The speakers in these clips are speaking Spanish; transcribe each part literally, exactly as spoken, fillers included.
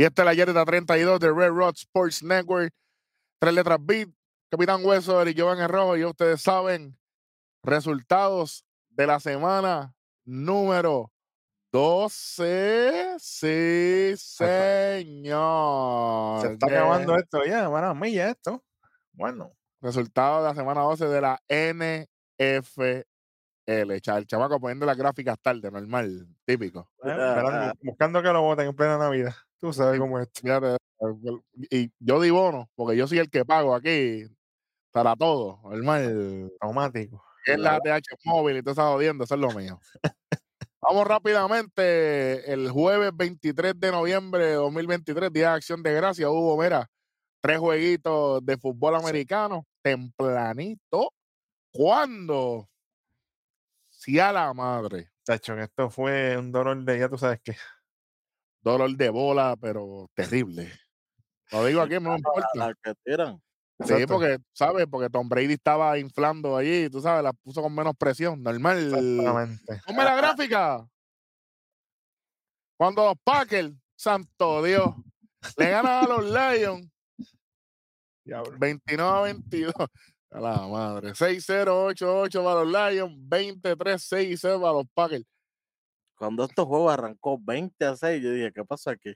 Y esta es la Yarda treinta y dos de Red Rod Sports Network. Tres letras beat. Capitán Hueso, Eric Giovanni Rojo. Y ustedes saben, resultados de la semana número doce. Sí, señor. Se está De- acabando esto ya, para mí ya esto. Bueno, Resultados de la semana doce de la N F L. Cha- El chamaco poniendo las gráficas tarde, normal, típico. eh, esperando- buscando que lo voten en plena Navidad. Tú sabes cómo es esto. Fíjate, y yo di bono, porque yo soy el que pago aquí para todo, normal. Automático. Es la A T H móvil y todo está jodiendo, eso es lo mío. Vamos rápidamente. El jueves veintitrés de noviembre de dos mil veintitrés, Día de Acción de Gracia, hubo, mira, tres jueguitos de fútbol Sí. americano, tempranito. ¿Cuándo? Si a la madre. Tacho, que esto fue un dolor de, ya tú sabes qué. Dolor de bola, pero terrible. Lo digo aquí, no me importa. Las que tiran. Sí, Exacto. porque, ¿sabes? Porque Tom Brady estaba inflando allí, tú sabes, la puso con menos presión, normal. Exactamente. Ponme la gráfica. Cuando los Packers, santo Dios, le ganan a los Lions Diablo. veintinueve a veintidós. A la madre. seis cero, ocho ocho para los Lions, veintitrés seis cero para los Packers. Cuando estos juegos arrancó veinte a seis, yo dije, ¿qué pasa aquí?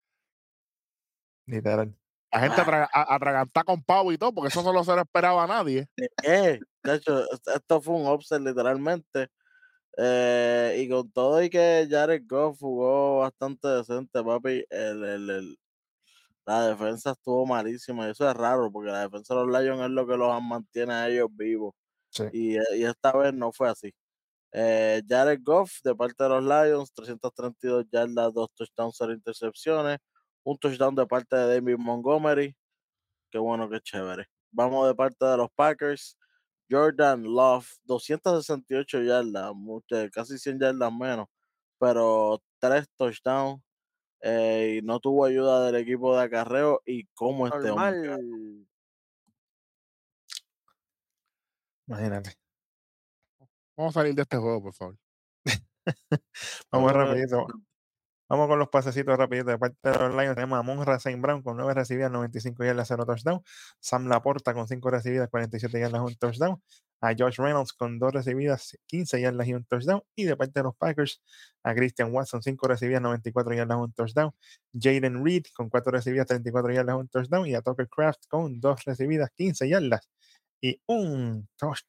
Literal. La gente atraga- a- atragantá con pavo y todo, porque eso no se lo esperaba a nadie. ¿Qué? De hecho, est- esto fue un upset literalmente. Eh, y con todo y que Jared Goff jugó bastante decente, papi, el, el, el- la defensa estuvo malísima. Y eso es raro, porque la defensa de los Lions es lo que los mantiene a ellos vivos. Sí. Y, y esta vez no fue así. Eh, Jared Goff, de parte de los Lions, trescientas treinta y dos yardas, dos touchdowns, cero intercepciones. Un touchdown de parte de David Montgomery. Qué bueno, qué chévere. Vamos de parte de los Packers. Jordan Love, doscientas sesenta y ocho yardas, mucho- casi cien yardas menos, pero tres touchdowns. Eh, y no tuvo ayuda del equipo de acarreo. Y cómo este hombre. Normal. Imagínate. Vamos a salir de este juego, por favor. Vamos Bueno, rapidito. Vamos con los pasecitos rapidito. De parte de los Lions tenemos a Monra Saint Brown con nueve recibidas, noventa y cinco yardas, cero touchdown. Sam Laporta con cinco recibidas, cuarenta y siete yardas, un touchdown. A Josh Reynolds con dos recibidas, quince yardas y un touchdown. Y de parte de los Packers, a Christian Watson, cinco recibidas, noventa y cuatro yardas, un touchdown. Jaden Reed con cuatro recibidas, treinta y cuatro yardas, un touchdown. Y a Tucker Kraft con dos recibidas, quince yardas y un touchdown.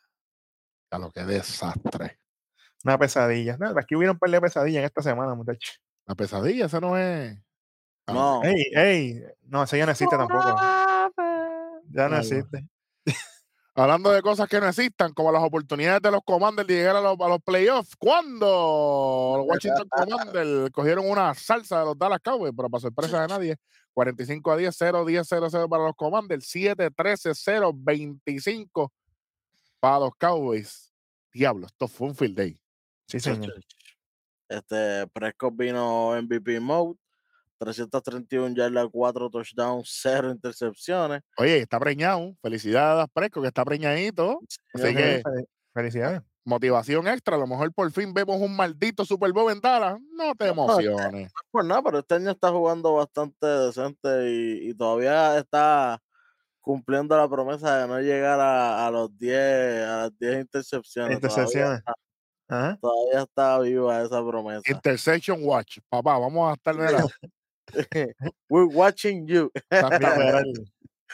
A lo que desastre. Una pesadilla. No, aquí hubieron un par de pesadillas en esta semana, muchachos. La pesadilla, esa no es. no, Ey, ey, no, ese ya no existe tampoco. Ya no Ah, existe. Hablando de cosas que no existan, como las oportunidades de los Commanders de llegar a los, a los playoffs. ¿Cuándo? Los Washington Commanders cogieron una salsa de los Dallas Cowboys, pero para sorpresa de nadie, cuarenta y cinco a diez, cero diez, cero cero para los Commanders, siete trece, cero veinticinco para los Cowboys. Diablo, esto fue un field day. Sí, señor. Este Prescott vino M V P mode, trescientas treinta y una yardas, cuatro touchdowns, cero intercepciones. Oye, está preñado. Felicidades a Presco, que está preñadito. Así Sí, que fel- Felicidades. motivación extra. A lo mejor por fin vemos un maldito Super Bowl en Dallas. No te emociones. No es por nada, pero este año está jugando bastante decente y, y todavía está cumpliendo la promesa de no llegar a, a los diez, a las diez intercepciones. Intercepciones. Todavía, Ajá. todavía está viva esa promesa. Intersection Watch. Papá, vamos a estar, mira, We're watching you. exactamente.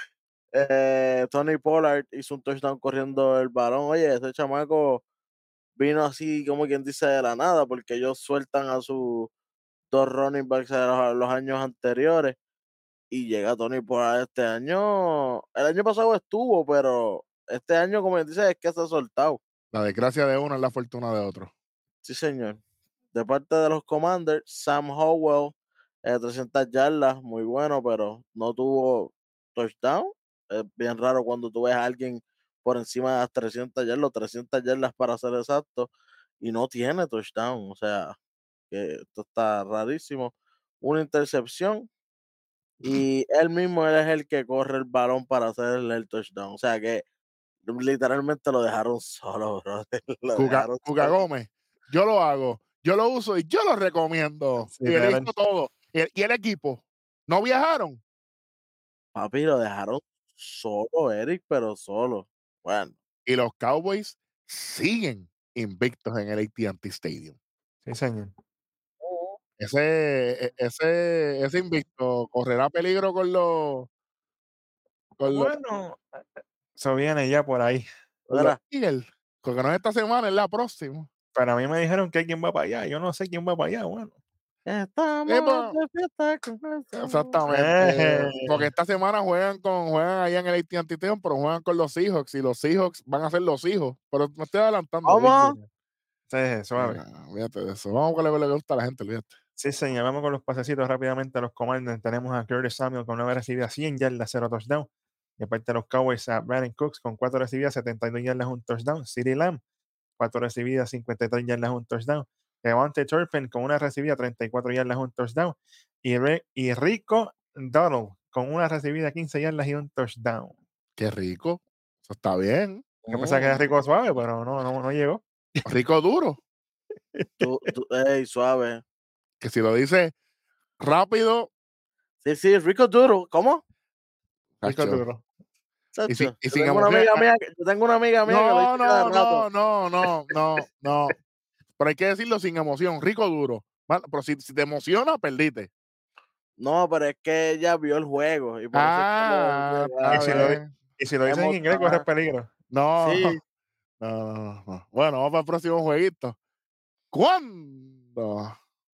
Eh, Tony Pollard hizo un touchdown corriendo el balón. Oye, ese chamaco vino así como quien dice de la nada, porque ellos sueltan a sus dos running backs de los, los años anteriores y llega Tony Pollard este año. El año pasado estuvo, pero este año, como quien dice, es que se ha soltado. La desgracia de uno es la fortuna de otro. Sí, señor. De parte de los Commanders, Sam Howell, eh, trescientas yardas, muy bueno, pero no tuvo touchdown. Es bien raro cuando tú ves a alguien por encima de las trescientas yardas, trescientas yardas para ser exacto, y no tiene touchdown. O sea, que esto está rarísimo. Una intercepción y él mismo él es el que corre el balón para hacer el, el touchdown. O sea que literalmente lo dejaron solo, bro. Lo Cuca, dejaron Cuca solo. Gómez, yo lo hago, yo lo uso y yo lo recomiendo. Y le Literal. hizo todo. Y el, y el equipo, ¿No viajaron? Papi, lo dejaron solo, Eric, pero solo. Bueno. Y los Cowboys siguen invictos en el A T and T Stadium. Sí, señor. Ese, e- ese, ese invicto correrá peligro con los, con los, Bueno, eso viene ya por ahí. con los Mira, Eagles. Porque no es esta semana, es la próxima. Pero a mí me dijeron que quién va para allá. Yo no sé quién va para allá. Bueno. Eh, estamos pues, de fiesta con eso. exactamente. Eh, Porque esta semana juegan con juegan allá en el A T and T Stadium, pero juegan con los Seahawks. Y los Seahawks van a ser los hijos. Pero me estoy adelantando. Dios ¿Cómo? mío. sí, suave. Ah, olvídate de eso. Vamos con lo que le gusta a la gente, olvídate. Sí, señor. Vamos con los pasecitos rápidamente a los Commanders. Tenemos a Curtis Samuel con nueve recibidas, cien yardas, cero touchdown. De parte de los Cowboys, a Brandon Cooks con cuatro recibidas, setenta y dos yardas, un touchdown. CeeDee Lamb, cuatro recibidas, cincuenta y tres yardas, un touchdown. Devontae Turpin con una recibida, treinta y cuatro yardas, un touchdown. Y, Re- y Rico Dowdle con una recibida, quince yardas y un touchdown. Qué rico. Eso está bien. Yo pensaba que era Mm, Rico suave, pero no, no, no llegó. Rico duro. tú, tú, ey, suave. Que si lo dice rápido, Sí, sí, Rico Duro. ¿Cómo? Rico cacho. duro. Y sin, Chacho, y Yo sin tengo una emoción. amiga ah, mía, que- yo tengo una amiga mía que lo No, dice cada no, rato. no, no, no, no, no. Pero hay que decirlo sin emoción. Rico duro. Mano, pero si, si te emociona, perdiste. No, pero es que ella vio el juego y por eso es que lo Ah, dice, Y está si lo, di- bien. y si lo es dices en inglés, corres emocional. peligro. No, Sí, no, no, no. Bueno, vamos para el próximo jueguito. ¿Cuándo?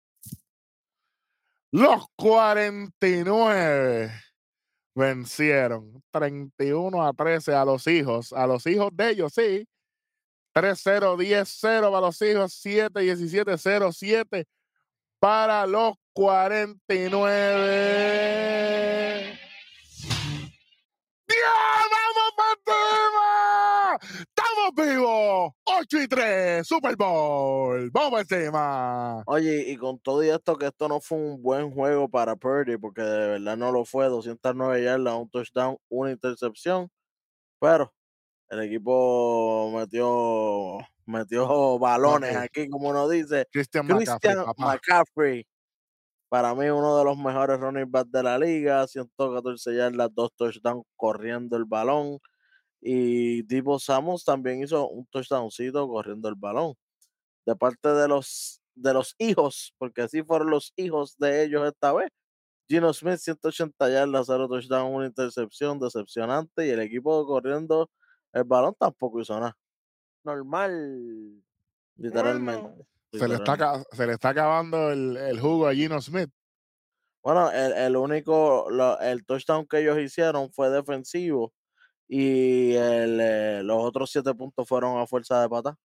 Los cuarenta y nueve vencieron treinta y uno a trece a los hijos, a los hijos de ellos, sí. tres cero, diez cero para los hijos, siete diecisiete, cero siete para los cuarenta y nueve. ¡Dios! ¡Vamos para encima! ¡Estamos vivos! ocho y tres, Super Bowl. ¡Vamos para encima! oye, y con todo y esto, que esto no fue un buen juego para Purdy, porque de verdad no lo fue, doscientas nueve yardas, un touchdown, una intercepción, pero el equipo metió, metió balones Papi, aquí, como uno dice. Christian McCaffrey, Christian papá. McCaffrey, para mí uno de los mejores running backs de la liga, ciento catorce yardas, dos touchdowns corriendo el balón. Y Deebo Samuel también hizo un touchdowncito corriendo el balón. De parte de los, de los hijos, porque así fueron los hijos de ellos esta vez. Gino Smith, ciento ochenta yardas, cero touchdown, una intercepción decepcionante. Y el equipo corriendo el balón tampoco hizo nada. Normal. Literalmente. Bueno, Se le está, literalmente. ca- se le está acabando el, el jugo a Gino Smith. Bueno, el, el único, lo- el touchdown que ellos hicieron fue defensivo. Y el, eh, los otros siete puntos fueron a fuerza de pata.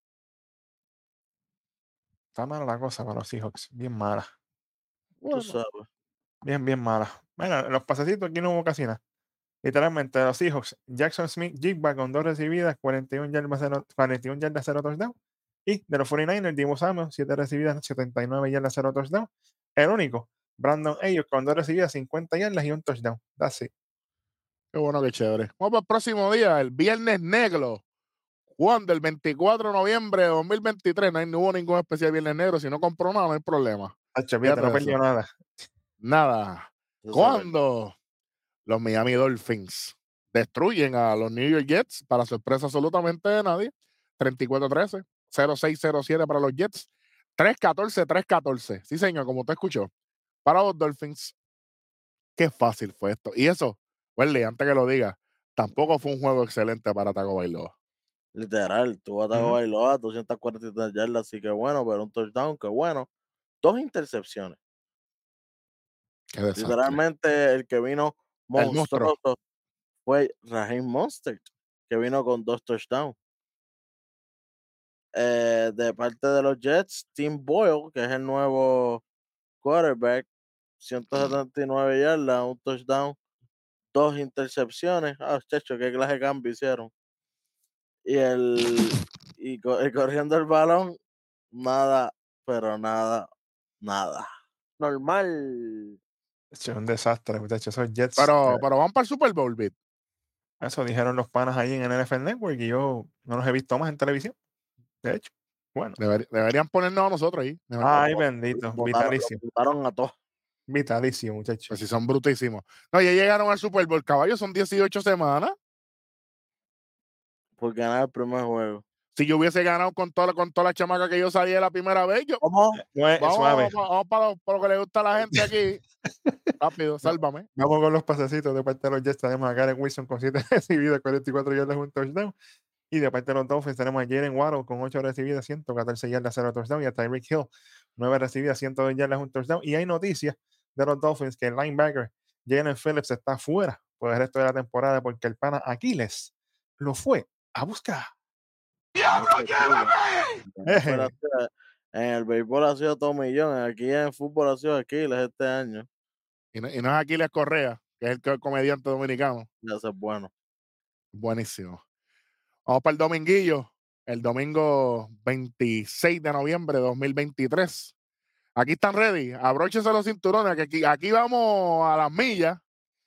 está mala la cosa para los Seahawks. Bien mala. Tú Bueno, sabes. bien, bien mala. Bueno, en los pasecitos aquí no hubo casi nada. Literalmente, los Seahawks, Jackson Smith, Jigba con dos recibidas, cuarenta y uno yardas, cero, cuarenta y uno yardas, cero touchdown. Y de los cuarenta y nueve ers, Deebo Samuel, siete recibidas, setenta y nueve yardas, cero touchdown. El único, Brandon Ayuk con dos recibidas, cincuenta yardas y un touchdown. That's it. Qué bueno, qué chévere. Vamos para el próximo día, el Viernes Negro. Juan, del veinticuatro de noviembre de dos mil veintitrés. No, hay, no hubo ningún especial Viernes Negro. Si no compró nada, no hay problema. Hacho, fíjate, Fíjate no de eso. perdió nada. Nada. Tú sabes. ¿Cuándo los Miami Dolphins destruyen a los New York Jets, para sorpresa absolutamente de nadie? treinta y cuatro trece, cero seis cero siete para los Jets, tres catorce, tres catorce. Sí, señor, como usted escuchó. Para los Dolphins, qué fácil fue esto. Y eso, Welly, antes que lo diga, tampoco fue un juego excelente para Tago Bailoa. Literal, tuvo a Tago Ujú. Bailoa, doscientas cuarenta y tres yardas, así que bueno, pero un touchdown, que bueno. Dos intercepciones. Qué desastre. Literalmente, el que vino El monstruo. monstruoso fue Raheem Mostert, que vino con dos touchdowns. Eh, de parte de los Jets, Tim Boyle, que es el nuevo quarterback, ciento setenta y nueve yardas, un touchdown, dos intercepciones. Ah, chacho, qué clase de cambio hicieron. Y el y, co- y corriendo el balón, nada, pero nada, nada. Normal. Hacho, es un desastre, muchachos. Esos Jets, eh, Pero, pero van para el Super Bowl, Beat. eso dijeron los panas ahí en el N F L Network y yo no los he visto más en televisión. De hecho, bueno. Deber- deberían ponernos a nosotros ahí. Mejor. Ay, Los bendito, botaron, los vitalísimo. botaron a todos. Vitalicio, muchachos. Pues sí, son brutísimos. No, ya llegaron al Super Bowl, caballo, son dieciocho semanas. Por ganar el primer juego. Si yo hubiese ganado con toda, con toda la chamaca que yo salí la primera vez, yo. ¿Cómo? No es Vamos, suave. vamos, vamos para, lo, para lo que le gusta a la gente aquí. Rápido, sálvame. Vamos con los pasecitos de parte de los Jets. Tenemos a Garrett Wilson con siete recibidas, cuarenta y cuatro yardas, un touchdown. Y de parte de los Dolphins tenemos a Jalen Waddle con ocho recibidas, ciento catorce yardas, cero touchdown. Y a Tyreek Hill, nueve recibidas, ciento dos yardas, un touchdown. Y hay noticias de los Dolphins que el linebacker Jalen Phillips está fuera por el resto de la temporada porque el pana Aquiles lo fue a buscar. ¡Diablo, llévame! En el béisbol ha sido todo millón, aquí en el fútbol ha sido Aquiles este año. Y no, y no es Aquiles Correa, que es el comediante dominicano. Ya es bueno. Buenísimo. Vamos para el dominguillo, el domingo veintiséis de noviembre de dos mil veintitrés. Aquí están ready, abróchense los cinturones, que aquí, aquí vamos a las millas.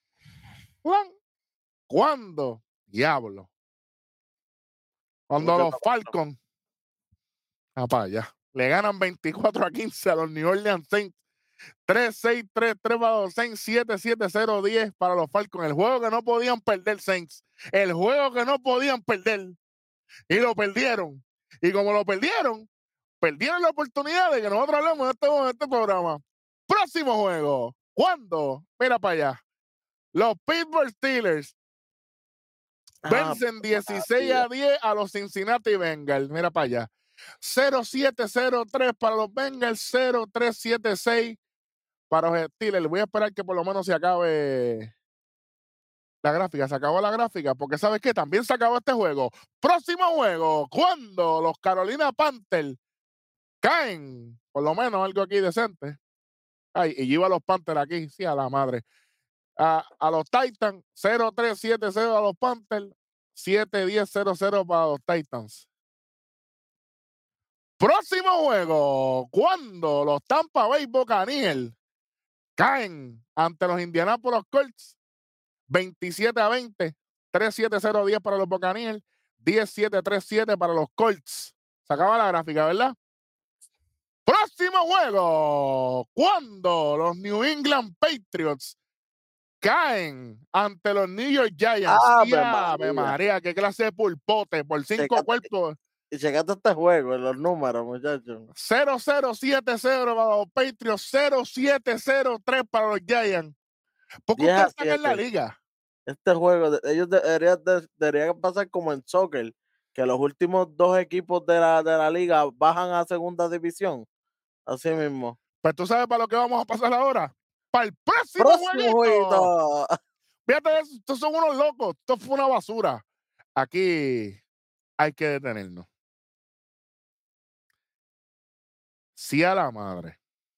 ¿Cuándo? Diablo. Cuando los Falcons, para allá, le ganan veinticuatro a quince a los New Orleans Saints. tres seis tres tres para los Saints, siete siete cero diez para los Falcons. El juego que no podían perder Saints. El juego que no podían perder. Y lo perdieron. Y como lo perdieron, perdieron la oportunidad de que nosotros hablemos de este, de este programa. Próximo juego. ¿Cuándo? Mira para allá. Los Pittsburgh Steelers vencen ah, dieciséis a diez a los Cincinnati Bengals. Mira para allá. cero siete cero tres para los Bengals, cero tres siete seis para los Steelers. Voy a esperar que por lo menos se acabe la gráfica. Se acabó la gráfica porque ¿sabes qué? También se acabó este juego. Próximo juego. Cuando los Carolina Panthers caen, por lo menos algo aquí decente. Ay, y lleva a los Panthers aquí, sí, a la madre. A, a los Titans, cero tres siete cero a los Panthers, siete diez cero cero para los Titans. Próximo juego, cuando los Tampa Bay Buccaneers caen ante los Indianapolis Colts, veintisiete a veinte, tres siete cero diez para los Buccaneers, diez siete tres siete para los Colts. Se acaba la gráfica, ¿verdad? Próximo juego, cuando los New England Patriots caen ante los New York Giants. ¡Ave María! María! María, qué clase de pulpote por cinco Checate, cuerpos. Y checaste este juego, los números, muchachos. cero cero siete cero para los Patriots, cero siete cero tres para los Giants. ¿Por qué ustedes están en la liga? Este juego, ellos deberían, deberían pasar como en soccer, que los últimos dos equipos de la, de la liga bajan a segunda división. Así mismo. Pues tú sabes para lo que vamos a pasar ahora. Para el próximo, próximo jueguito. Fíjate, estos son unos locos. Esto fue una basura. Aquí hay que detenernos. Sí a la madre.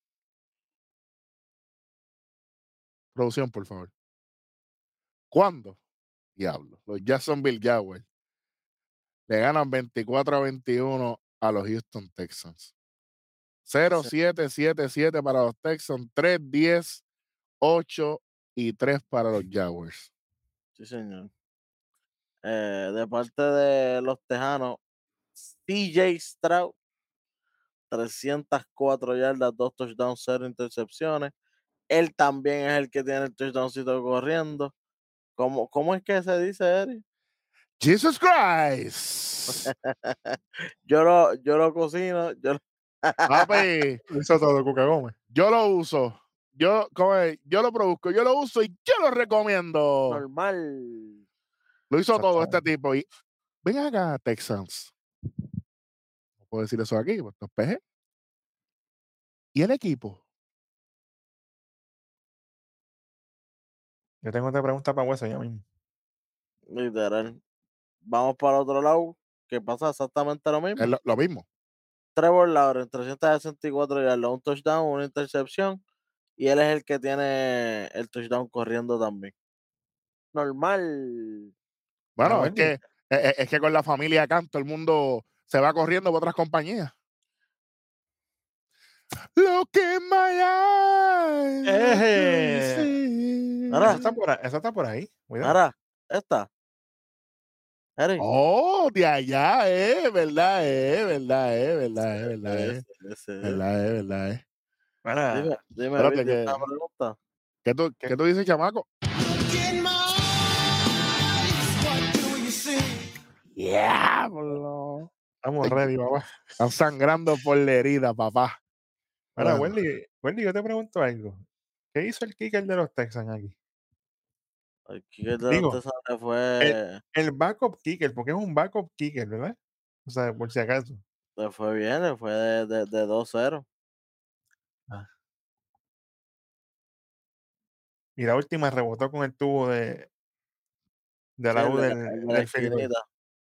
Producción, por favor. ¿Cuándo? Diablo. Los Jacksonville Jaguars le ganan veinticuatro a veintiuno a los Houston Texans. cero siete siete siete para los Texans, tres diez, ocho y tres para los Jaguars. Sí, señor. Eh, de parte de los Tejanos, C J Stroud, trescientas cuatro yardas, dos touchdowns, cero intercepciones. Él también es el que tiene el touchdowncito corriendo. ¿Cómo, cómo es que se dice, Eric? Jesus Christ. yo, lo, yo lo cocino. Yo lo... Papi, eso todo, Cuca Gómez. Yo lo uso. Yo, como es, yo lo produzco, yo lo uso y yo lo recomiendo. Normal. Lo hizo todo este tipo. Y ven acá, Texans. No puedo decir eso aquí, pues P G. ¿Y el equipo? Yo tengo otra pregunta para Hueso ya mismo. Literal. Vamos para el otro lado, que pasa exactamente lo mismo. Es lo, lo mismo. Trevor Lawrence, trescientas sesenta y cuatro yardas, un touchdown, una intercepción, y él es el que tiene el touchdown corriendo también. Normal. Bueno, ah, es que es, es que con la familia acá todo el mundo se va corriendo por otras compañías. Lo que my eyes. Ahora, eso está por ahí. Eso está por ahí. Ahora, esta. Eric. Oh, de allá, eh, verdad, eh, verdad, eh, verdad, eh, verdad, eh. Verdad, eh, verdad, eh. Mira, Dime, dime, Espérate Bill, ¿tienes que- una pregunta? ¿Qué tú, ¿Qué? ¿Qué tú dices, chamaco? Diablo. estamos Ay, ready, papá. Están sangrando por la herida, papá. Mira, Bueno, Wendy, Wendy, yo te pregunto algo. ¿Qué hizo el kicker de los Texans aquí? El kicker de los Digo, Texans le el, fue, el backup kicker, porque es un backup kicker, ¿verdad? O sea, por si acaso. le fue bien, le fue de, de, de dos cero. Ah. Y la última rebotó con el tubo de, de Sí, la el U de, del, el de la del field goal. esquinita.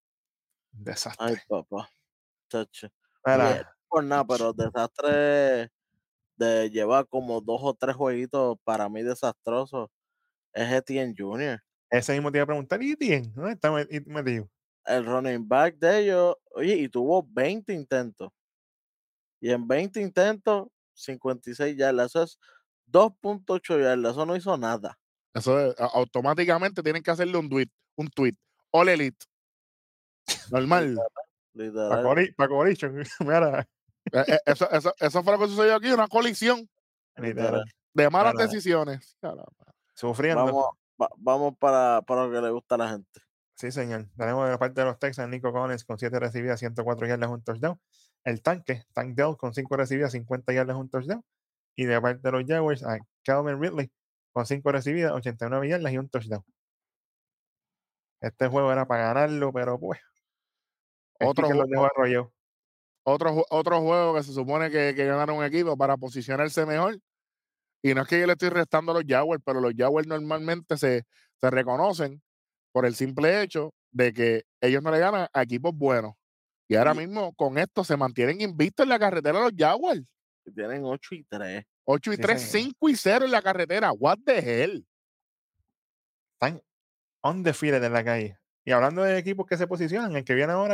Ay, Desastre. papá, chacho. Y eh, Mira, por nada, pero desastre de llevar como dos o tres jueguitos para mí desastrosos es Etienne junior ese mismo te iba a preguntar, ¿y bien? ¿Dónde está met- metido? El running back de ellos, oye, y tuvo veinte intentos. Y en veinte intentos, cincuenta y seis yardas. Eso es dos punto ocho yardas. Eso no hizo nada. eso es- a- automáticamente tienen que hacerle un tweet, un tweet. All Elite. Normal. Literal. literal. Paco, Paco Boricho, mira, Eh, eh, Eso, eso, eso fue lo que sucedió aquí, una colisión literal. literal, de malas mira, decisiones. Caramba. sufriendo. Vamos, va- vamos para, para lo que le gusta a la gente. Sí, señor. Tenemos de la parte de los Texans, Nico Collins con siete recibidas, ciento cuatro yardas, un touchdown. El tanque, Tank Dell con cinco recibidas, cincuenta yardas, un touchdown. Y de la parte de los Jaguars, a Calvin Ridley con cinco recibidas, ochenta y nueve yardas y un touchdown. Este juego era para ganarlo, pero pues, el Otro, kicker ju- lo dejó arrollado. otro, ju- otro juego que se supone que, que ganaron un equipo para posicionarse mejor. Y no es que yo le estoy restando a los Jaguars, pero los Jaguars normalmente se, se reconocen por el simple hecho de que ellos no le ganan a equipos buenos. Y ahora Y, mismo con esto se mantienen invictos en la carretera los Jaguars. y tienen ocho y tres. ocho y Sí, tres, señor. cinco y cero en la carretera. What the hell? Están on the field en la calle. Y hablando de equipos que se posicionan, el que viene ahora,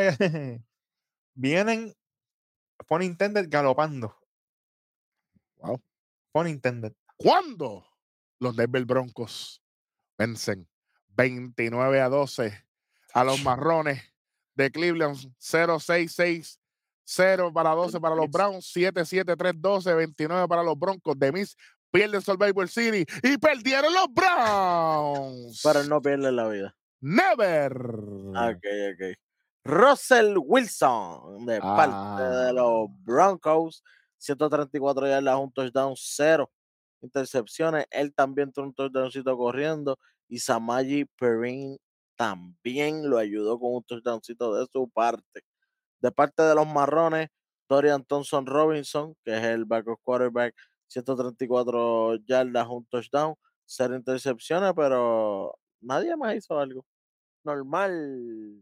vienen, pon intended galopando. Wow. Pon intended. ¿Cuándo los Denver Broncos vencen veintinueve a doce a los Marrones de Cleveland? Cero seis seis cero para doce para los Browns, siete siete tres doce, veintinueve para los Broncos de Miss. Pierden Survivor City y perdieron los Browns. Pero él no pierde la vida. Never. Ok, ok. Russell Wilson, de parte de Ah. los Broncos, ciento treinta y cuatro yardas, un touchdown, cero intercepciones. Él también tuvo un touchdowncito corriendo y Samaji Perrin también lo ayudó con un touchdowncito de su parte. De parte de los Marrones, Dorian Thompson Robinson, que es el backup quarterback, ciento treinta y cuatro yardas, un touchdown, cero intercepciones, pero nadie más hizo algo. Normal.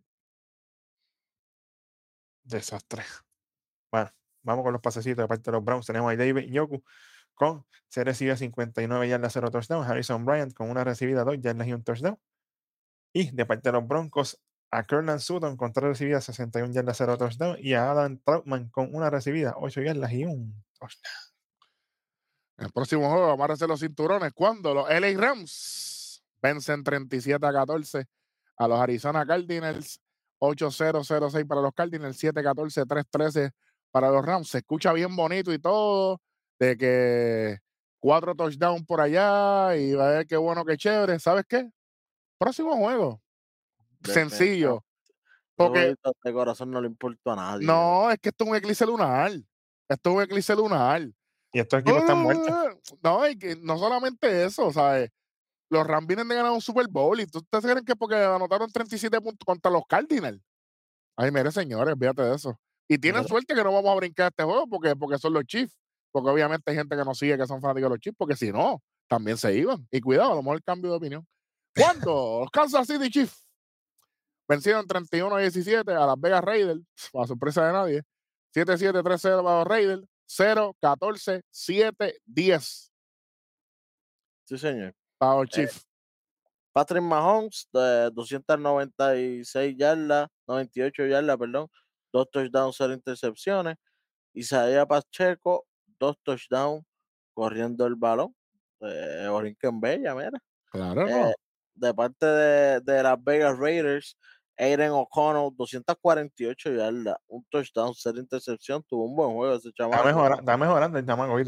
Desastre. Bueno, vamos con los pasecitos. De parte de los Browns, tenemos a David Yoku con se recibe cincuenta y nueve yardas, cero touchdown. Harrison Bryant con una recibida, dos yardas y un touchdown. Y de parte de los Broncos, a Curland Sutton con tres recibidas, sesenta y una yardas, cero touchdown. Y a Adam Troutman con una recibida, ocho yardas y un touchdown. En el próximo juego vamos a hacer los cinturones. Cuando los L A Rams vencen treinta y siete a catorce a los Arizona Cardinals. ocho cero cero seis para los Cardinals, siete catorce, tres trece para los Rams. Se escucha bien bonito y todo, de que cuatro touchdowns por allá y va a ver qué bueno, qué chévere. ¿Sabes qué? Próximo juego. Definitivamente. Sencillo. Porque De corazón no le importa a nadie. no, es que esto es un eclipse lunar. Esto es un eclipse lunar. Y estos equipos están muertos. No, y que no solamente eso, ¿sabes? Los Rams vienen de ganar un Super Bowl y tú ustedes creen que porque anotaron treinta y siete puntos contra los Cardinals. Ay, mire, señores, fíjate de eso. Y tienen Mira. suerte que no vamos a brincar este juego porque, porque son los Chiefs. Porque obviamente hay gente que no sigue que son fanáticos de los Chiefs, porque si no, también se iban. Y cuidado, a lo mejor cambio de opinión. ¿Cuándo? Los Kansas City Chiefs vencieron treinta y uno a diecisiete a las Vegas Raiders, para sorpresa de nadie. siete siete tres cero para los Raiders, cero catorce siete diez Sí, señor. para los Eh, Chiefs. Patrick Mahomes, de doscientas noventa y seis yardas, noventa y ocho yardas, perdón, dos touchdowns, cero intercepciones. Isaiah Pacheco, dos touchdowns, corriendo el balón. Eh, Orinquen Bella, mira. Claro, Eh, no. de parte de, de las Vegas Raiders, Aiden O'Connell, doscientas cuarenta y ocho yardas, un touchdown, cero intercepción. Tuvo un buen juego ese Está, chamaco. mejora, está mejorando el chamaco, ¿viste?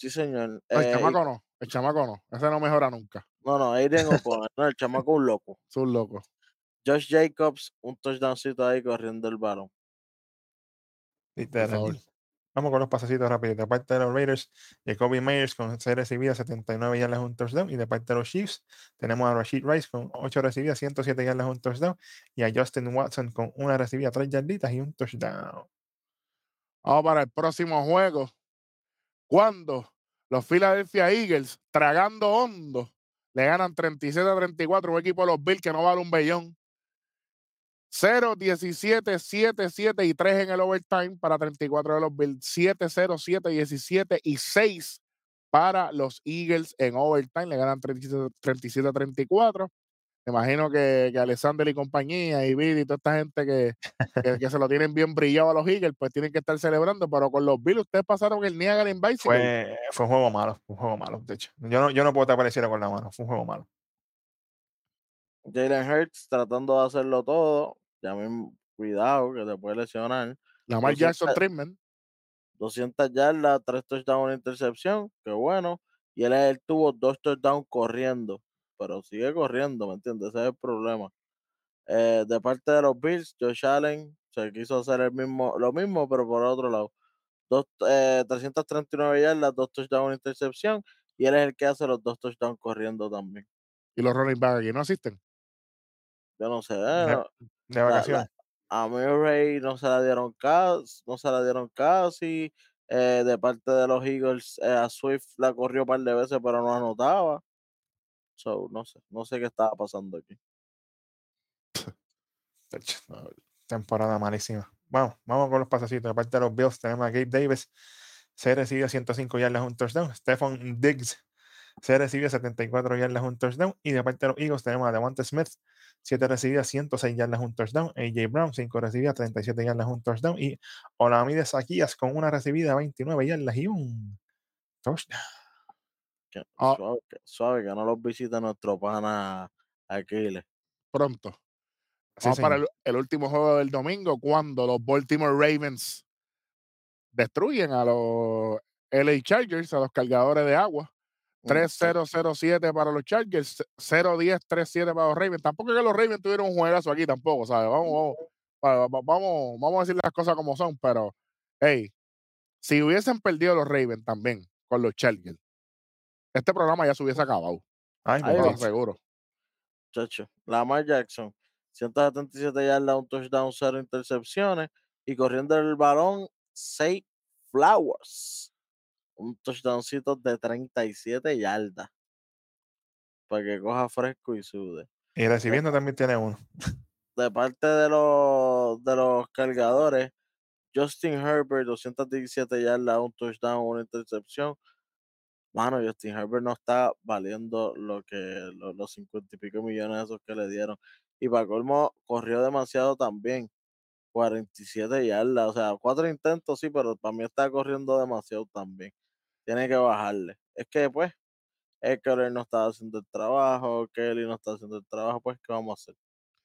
Sí, señor. No, el Eh, y- chamaco no, el chamaco no. Ese no mejora nunca. no, no, Aiden O'Connell, no, el chamaco un loco. Es un loco. Josh Jacobs, un touchdowncito ahí corriendo el balón. Por Literal. favor. Vamos con los pasecitos rápidos. De parte de los Raiders, Jacoby Myers con seis recibidas, setenta y nueve yardas, un touchdown. Y de parte de los Chiefs, tenemos a Rashid Rice con ocho recibidas, ciento siete yardas, un touchdown. Y a Justin Watson con una recibida, tres yarditas y un touchdown. Vamos para el próximo juego. Cuando los Philadelphia Eagles, tragando hondo, le ganan treinta y siete a treinta y cuatro a un equipo de los Bills que no vale un bellón. cero, diecisiete, siete, siete y tres en el overtime para treinta y cuatro de los Bills. siete, cero, siete, diecisiete y seis para los Eagles en overtime. Le ganan treinta y siete a treinta y cuatro. Me imagino que, que Alexander y compañía y Bill y toda esta gente que, que, que se lo tienen bien brillado a los Eagles, pues tienen que estar celebrando. Pero con los Bills ustedes pasaron el Niagara en Bicycle. Fue, fue un juego malo, fue un juego malo, de hecho. Yo no, yo no puedo estar parecido con la mano, fue un juego malo. Jalen Hurts tratando de hacerlo todo. Ya mismo, cuidado que te puede lesionar. Lamar Jackson treatment. doscientas yardas, tres touchdowns, una intercepción. Qué bueno. Y él, él tuvo dos touchdowns corriendo. Pero sigue corriendo, ¿me entiendes? Ese es el problema. Eh, de parte de los Bills, Josh Allen se quiso hacer el mismo, lo mismo, pero por otro lado. Dos, eh, trescientas treinta y nueve yardas, dos touchdowns, una intercepción. Y él es el que hace los dos touchdowns corriendo también. Y los running backs aquí no asisten. Yo no sé, eh, De, no, de la, la, vacaciones. a Murray no se la dieron casi, no se la dieron casi. Eh, de parte de los Eagles, eh, a Swift la corrió un par de veces, pero no anotaba. So, no sé, no sé qué estaba pasando aquí. De hecho, no, temporada malísima. Vamos, vamos con los pasecitos. De parte de los Bills, tenemos a Gabe Davis, se recibe ciento cinco yardas, un touchdown. Stephon Diggs se recibe setenta y cuatro yardas, un touchdown. Y de parte de los Eagles, tenemos a Devonta Smith, siete recibidas, ciento seis yardas, un touchdown. A J Brown, cinco recibidas, treinta y siete yardas, un touchdown. Y Olamide Zacchaeus con una recibida, veintinueve yardas y un touchdown. Que, Ah, suave, que, suave, que no los visita nuestro pana Aquiles. pronto. Sí, Vamos para señor. el, el último juego del domingo, cuando los Baltimore Ravens destruyen a los L A Chargers, a los cargadores de agua. tres cero cero siete para los Chargers, cero diez tres siete para los Ravens. Tampoco es que los Ravens tuvieron un juegazo aquí tampoco, ¿sabes? Vamos, vamos, va- vamos, vamos a decir las cosas como son, pero, hey, si hubiesen perdido los Ravens también con los Chargers, este programa ya se hubiese acabado, Ay, Ay, te lo bendito. aseguro. chacho. Lamar Jackson, ciento setenta y siete yardas, un touchdown, cero intercepciones. Y corriendo el balón, seis flowers. Un touchdowncito de treinta y siete yardas. Para que coja fresco y sude. Y recibiendo también tiene uno. De parte de los, de los cargadores, Justin Herbert, doscientas diecisiete yardas, un touchdown, una intercepción. Mano, Justin Herbert no está valiendo lo que lo- los cincuenta y pico millones esos que le dieron. Y para colmo, corrió demasiado también. cuarenta y siete yardas, o sea, cuatro intentos sí, pero para mí está corriendo demasiado también. Tiene que bajarle. Es que pues, Eckler no está haciendo el trabajo, Kelly no está haciendo el trabajo, pues, ¿qué vamos a hacer?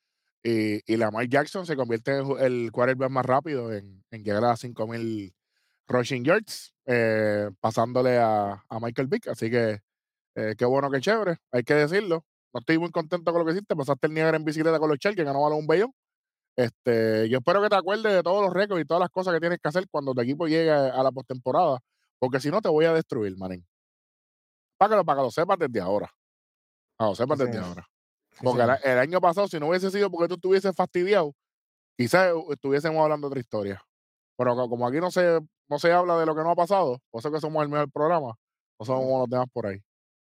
Y, y Lamar Jackson se convierte en el, ju- el quarterback más rápido en, en llegar a cinco mil rushing yards, eh, pasándole a, a Michael Vick. Así que eh, qué bueno, qué chévere, hay que decirlo. No estoy muy contento con lo que hiciste. Pasaste el Niagara en bicicleta con los Chargers, que no vale un bellón. Este, yo espero que te acuerdes de todos los récords y todas las cosas que tienes que hacer cuando tu equipo llegue a la postemporada, porque si no te voy a destruir, manín. Para que lo, para que lo sepas desde ahora. Para que lo Sí, sepas desde señor. ahora. Sí, Porque el, señor. el año pasado, si no hubiese sido porque tú estuvieses fastidiado, quizás estuviésemos hablando de otra historia. Pero co- como aquí no se, no se habla de lo que no ha pasado, por eso que somos el mejor programa, no somos como los demás por ahí.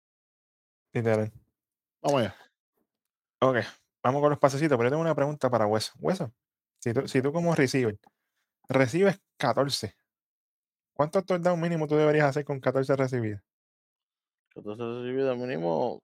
Literal. Vamos allá. Ok, vamos con los pasecitos, pero yo tengo una pregunta para Hueso. Hueso, si tú, si tú como receiver recibes catorce, ¿cuántos touchdowns mínimo tú deberías hacer con catorce recibidos? Entonces recibido mínimo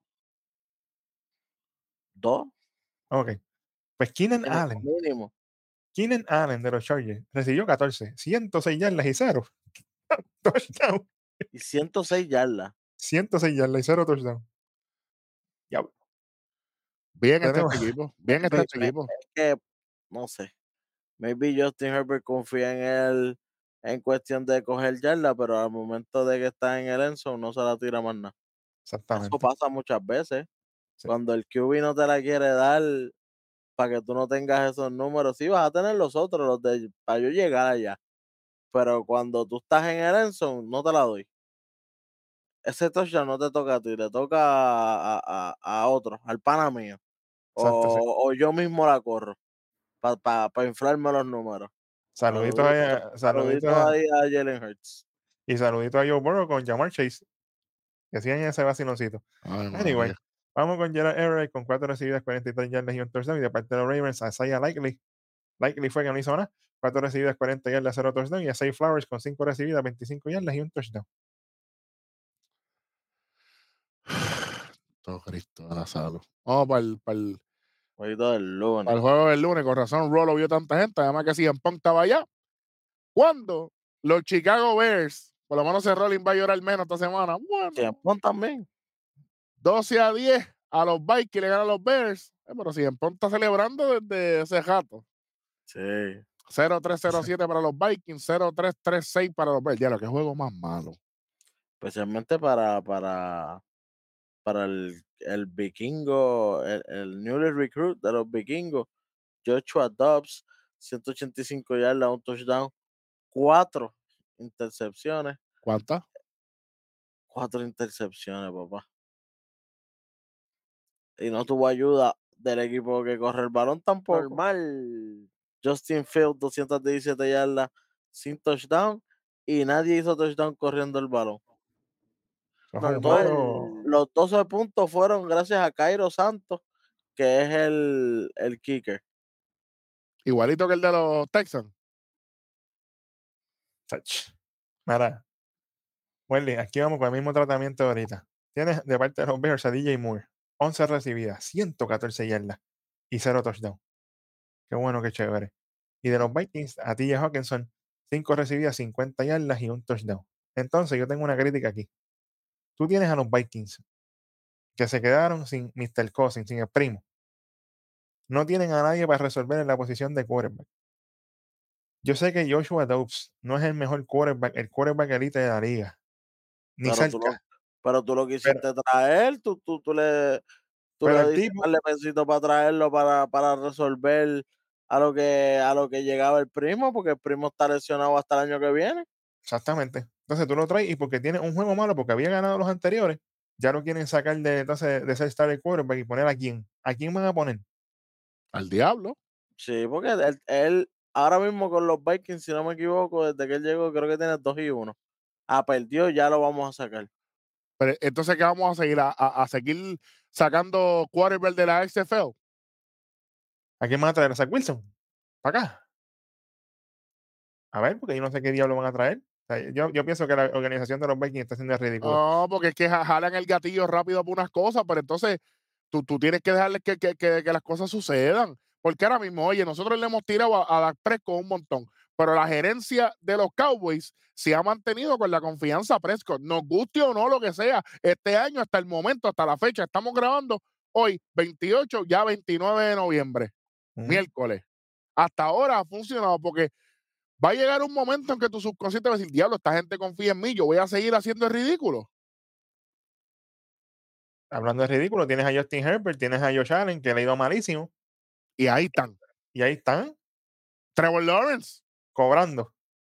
dos, Ok, pues Keenan mínimo, Allen, mínimo. Keenan Allen de los Chargers recibió catorce, ciento seis yardas y cero touchdown, Y ciento seis yardas. ciento seis yardas y cero touchdown. Ya, Bien está tenemos, este equipo. Bien está Me- este me- equipo. es que, no sé. Maybe Justin Herbert confía en él. en cuestión de coger yarda, pero al momento de que está en el endzone no se la tira más nada. Eso Exactamente. pasa muchas veces. Sí. Cuando el Q B no te la quiere dar para que tú no tengas esos números, sí vas a tener los otros, los de para yo llegar allá. Pero cuando tú estás en el endzone, no te la doy. Ese touchdown no te toca a ti, le toca a, a, a, a otro, al pana mío. Exacto, sí. O, o yo mismo la corro para pa, pa inflarme los números. Saluditos, ahí, a- Saluditos, saluditos saluditos a- ahí a Jalen Hurts. y saluditos a Joe Burrow con Jamar Chase, que siguen ese vaciloncito. Ay, Anyway, María. vamos con Gerald Everett con cuatro recibidas, cuarenta y tres yardas y un touchdown. Y de parte de los Ravens, a Isaiah Likely. Likely fue que no hizo nada. cuatro recibidas, cuarenta yardas, cero touchdown. Y a Zay Flowers con cinco recibidas, veinticinco yardas y un touchdown. Todo Cristo de la salud. Vamos para el, para el, Jueguito del lunes. para el juego del lunes. Con razón, Rolo vio tanta gente. Además que C M Punk estaba allá. Cuando los Chicago Bears, por lo menos ese Rolling va a llorar menos esta semana. Bueno, C M Punk también. doce a diez a los Vikings le ganan los Bears. Eh, pero C M Punk está celebrando desde ese jato. Sí. cero tres cero siete para los Vikings, cero tres tres seis para los Bears. Ya lo que juego más malo. Especialmente para, para, para el, el vikingo, el, el newly recruit de los vikingos, Joshua Dobbs, ciento ochenta y cinco yardas, un touchdown, cuatro intercepciones. ¿Cuántas? Cuatro intercepciones, papá. Y no tuvo ayuda del equipo que corre el balón tampoco. Normal. Justin Fields, doscientas diecisiete yardas, sin touchdown. Y nadie hizo touchdown corriendo el balón. Eso fue un Normal. juego- Los doce puntos fueron gracias a Cairo Santos, que es el, el kicker. Igualito que el de los Texans. Touch. Mira, Welly, aquí vamos con el mismo tratamiento de ahorita. Tienes de parte de los Bears a D J Moore, once recibidas, ciento catorce yardas y cero touchdown. Qué bueno, qué chévere. Y de los Vikings a T J Hawkinson, cinco recibidas, cincuenta yardas y un touchdown. Entonces, yo tengo una crítica aquí. Tú tienes a los Vikings que se quedaron sin mister Cousins, sin el primo. No tienen a nadie para resolver en la posición de quarterback. Yo sé que Joshua Dobbs no es el mejor quarterback, el quarterback elite de la liga. Ni Pero tú, lo, cerca. pero tú lo Pero, quisiste traer, tú, tú, tú le, tú pero le el diste tipo, darle pesito para traerlo, para, para resolver a lo que a lo que llegaba el primo, porque el primo está lesionado hasta el año que viene. exactamente. Entonces tú lo traes y porque tiene un juego malo, porque había ganado los anteriores, ya lo quieren sacar de, entonces, de ser starter quarterback y poner a quién. ¿A quién van a poner? Al diablo. Sí, porque él, él ahora mismo con los Vikings, si no me equivoco, desde que él llegó, creo que tiene dos y uno. Ah, perdió, ya lo vamos a sacar. Pero entonces, ¿qué vamos a seguir? ¿A, a, a seguir sacando quarterback de la X F L? ¿A quién van a traer? ¿A Zach Wilson? ¿Para acá? A ver, porque yo no sé qué diablo van a traer. O sea, yo, yo pienso que la organización de los Vikings está haciendo ridículo. No, porque es que jalan el gatillo rápido por unas cosas, pero entonces tú, tú tienes que dejarle que, que, que, que las cosas sucedan. Porque ahora mismo, oye, nosotros le hemos tirado a, a Dak Prescott un montón, pero la gerencia de los Cowboys se ha mantenido con la confianza a Prescott. Nos guste o no, lo que sea, este año, hasta el momento, hasta la fecha, estamos grabando hoy, veintiocho, ya veintinueve de noviembre, Mm. miércoles. Hasta ahora ha funcionado porque va a llegar un momento en que tu subconsciente va a decir, diablo, esta gente confía en mí, yo voy a seguir haciendo el ridículo. Hablando de ridículo, tienes a Justin Herbert, tienes a Josh Allen, que le ha ido malísimo, Y ahí están. y ahí están Trevor Lawrence. cobrando.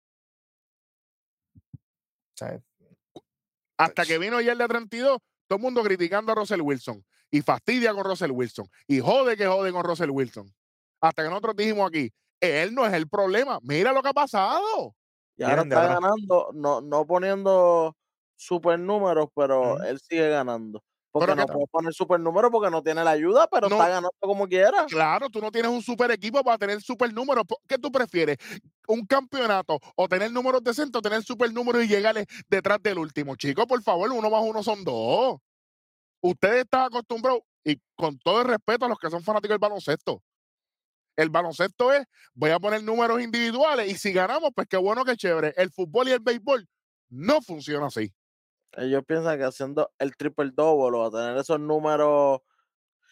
O sea, Hasta que vino ya el de treinta y dos, todo el mundo criticando a Russell Wilson. Y fastidia con Russell Wilson. Y jode que jode con Russell Wilson. Hasta que nosotros dijimos aquí, él no es el problema. Mira lo que ha pasado. Y ahora vienen de está atrás. ganando, no, no poniendo super números, pero Ujú. él sigue ganando. Porque Pero no que- puede poner super números porque no tiene la ayuda, pero No. está ganando como quiera. Claro, tú no tienes un super equipo para tener super números. ¿Qué tú prefieres? ¿Un campeonato o tener números decentes o tener super números y llegarle detrás del último? Chicos, por favor, uno más uno son dos. Ustedes están acostumbrados, y con todo el respeto a los que son fanáticos del baloncesto, el baloncesto es, voy a poner números individuales y si ganamos, pues qué bueno, qué chévere. El fútbol y el béisbol no funciona así. Ellos piensan que haciendo el triple double o a tener esos números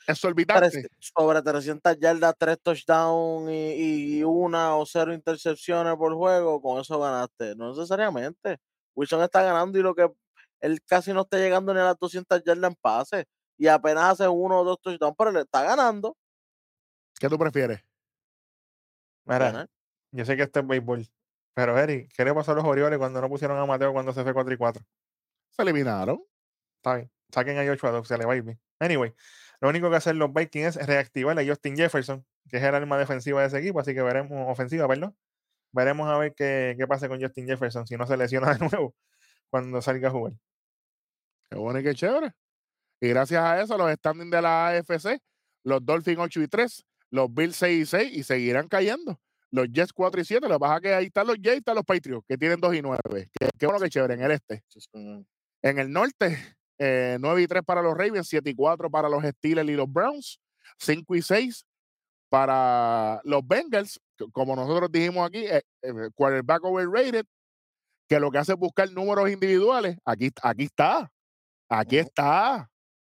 exorbitante. sobre trescientas yardas, tres touchdowns y, y una o cero intercepciones por juego, con eso ganaste. No necesariamente. Wilson está ganando y lo que él casi no está llegando ni a las doscientas yardas en pase y apenas hace uno o dos touchdowns, pero él está ganando. ¿Qué tú prefieres? Mira, Ganar. yo sé que esto es béisbol, pero Eric, ¿qué le pasó a los Orioles cuando no pusieron a Mateo cuando se fue cuatro y cuatro? Se eliminaron. Está bien. Saquen a Joshua Dobbs, se le va a ir bien. Anyway, lo único que hacen los Vikings es reactivar a Justin Jefferson, que es el arma defensiva de ese equipo, así que veremos, ofensiva, perdón. Veremos a ver qué, qué pasa con Justin Jefferson si no se lesiona de nuevo cuando salga a jugar. Qué bueno y qué chévere. Y gracias a eso, los standings de la A F C, los Dolphins ocho y tres, los Bills seis y seis y seguirán cayendo. Los Jets cuatro y siete, lo que pasa es que ahí están los Jets y están los Patriots, que tienen dos y nueve. Qué, qué bueno que chévere en el este. En el norte, eh, nueve y tres para los Ravens, siete y cuatro para los Steelers y los Browns, cinco y seis para los Bengals, como nosotros dijimos aquí, eh, eh, quarterback overrated, que lo que hace es buscar números individuales. Aquí, aquí está, aquí Ujú. está.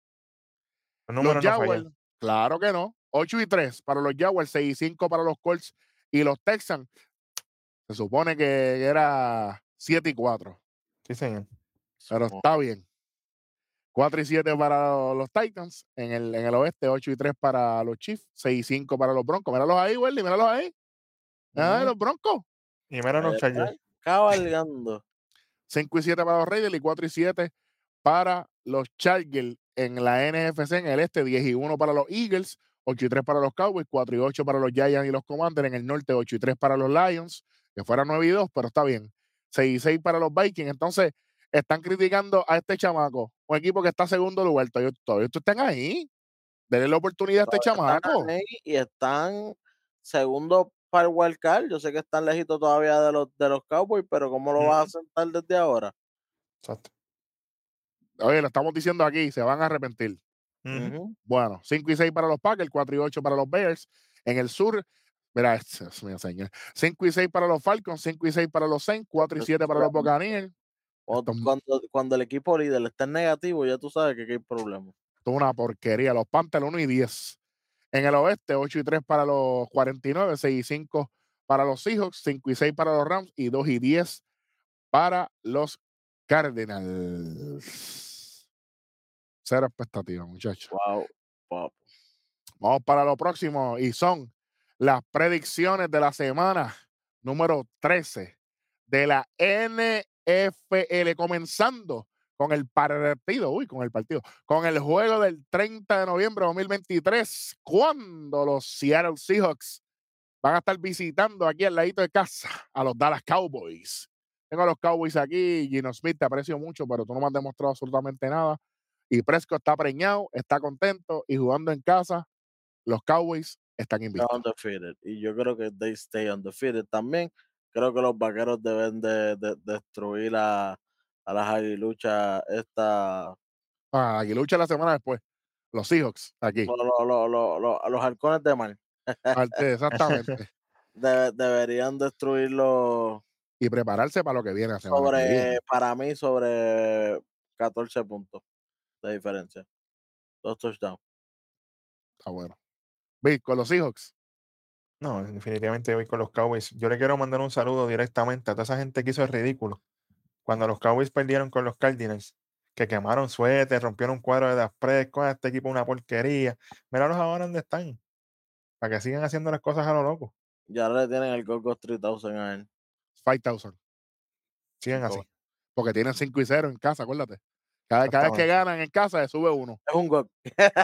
Los Los números no Jaguars, fallan. claro que no. ocho y tres para los Jaguars, seis y cinco para los Colts y los Texans. Se supone que era siete y cuatro, Sí, señor. pero está bien. cuatro y siete para los Titans en el, en el oeste, ocho y tres para los Chiefs, seis y cinco para los Broncos. Míralos ahí, Welly, míralos ahí. Ah, Ujú. los Broncos. Y menos Ahí los está, Chargers. cabalgando. cinco y siete para los Raiders y cuatro y siete para los Chargers en la N F C en el este, diez y uno para los Eagles, ocho y tres para los Cowboys, cuatro y ocho para los Giants y los Commanders en el norte, ocho y tres para los Lions, que fuera nueve y dos, pero está bien. seis y seis para los Vikings. Entonces, están criticando a este chamaco, un equipo que está segundo lugar. Todavía, todavía están ahí. Denle la oportunidad a este Están chamaco. ahí y están segundo para el wild card. Yo sé que están lejitos todavía de los, de los Cowboys, pero ¿cómo lo vas a sentar desde ahora? Exacto. Oye, lo estamos diciendo aquí, se van a arrepentir. Ujú. Ujú. Bueno, cinco y seis para los Packers, cuatro y ocho para los Bears. En el sur, mira, Dios mío, señor. cinco y seis para los Falcons, cinco y seis para los Saints, cuatro y siete para los Buccaneers. O- Esto, es- Cuando, cuando el equipo líder está en negativo, ya tú sabes que aquí hay problemas. esto es una porquería. Los Panthers uno y diez. En el oeste, ocho y tres para los cuarenta y nueve, seis y cinco para los Seahawks, cinco y seis para los Rams y dos y diez para los Cardinals. Cero expectativa, muchachos. Wow, wow. Vamos para lo próximo y son las predicciones de la semana número trece de la N F L, comenzando con el partido, uy, con el partido, con el juego del treinta de noviembre de dos mil veintitrés, cuando los Seattle Seahawks van a estar visitando aquí al ladito de casa a los Dallas Cowboys. Tengo a los Cowboys aquí, Gino Smith, te aprecio mucho, pero tú no me has demostrado absolutamente nada. Y Prescott está preñado, está contento y jugando en casa. Los Cowboys están They're invictos. undefeated. Y yo creo que they stay undefeated también. Creo que los vaqueros deben de, de- destruir a, a las aguiluchas esta, Ah, Aguilucha la semana después. Los Seahawks aquí. lo- lo- lo- lo- lo- a los halcones de mar. Arte, exactamente. De- deberían destruirlo Y prepararse para lo que viene la semana que sobre, viene. para mí, sobre catorce puntos de diferencia. Dos touchdowns. Está bueno. Vi, con los Seahawks. No, definitivamente voy con los Cowboys. Yo le quiero mandar un saludo directamente a toda esa gente que hizo el ridículo. Cuando los Cowboys perdieron con los Cardinals, que quemaron suéter, rompieron un cuadro de Dak Prescott, este equipo una porquería. Míralos ahora donde están, para que sigan haciendo las cosas a lo loco. Y ahora le tienen el Gogo tres mil a él. cinco mil. Sigan Cinco- así. Porque tienen cinco y cero en casa, acuérdate. Cada, cada vez que Exactamente. ganan en casa, se sube uno. Es un Gog.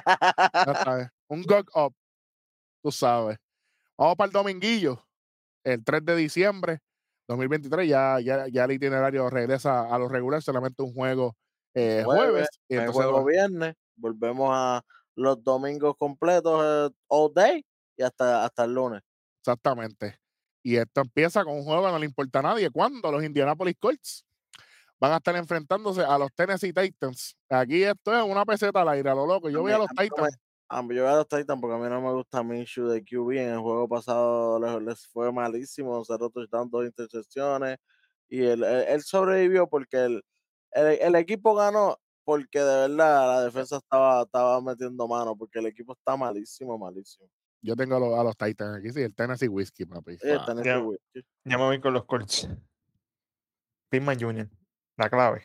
Ya sabes. Un gog up, tú sabes. Vamos para el dominguillo. El tres de diciembre dos mil veintitrés, ya, ya, ya el itinerario regresa a lo regular, solamente un juego eh, Jueves, jueves. Y hay entonces, juego viernes, volvemos a los domingos completos, eh, all day, y hasta, hasta el lunes. exactamente. Y esto empieza con un juego que no le importa a nadie. Cuando los Indianapolis Colts van a estar enfrentándose a los Tennessee Titans. Aquí esto es una peseta al aire, a lo loco. A Yo voy mí, a a los mí no me, Titans. a mí- yo voy a los Titans porque a mí no me gusta Minshew de Q B. En el juego pasado les, les fue malísimo, cero touchdowns, dos intercepciones, y él, él- él sobrevivió porque el, el, el equipo ganó porque de verdad la defensa estaba, estaba metiendo mano, porque el equipo está malísimo, malísimo. Yo tengo a los, a los Titans aquí, sí, el Tennessee Whiskey, papi. Eh, Fa. Tennessee Ya, Whiskey. ya me voy con los Colts. Pittman junior La clave.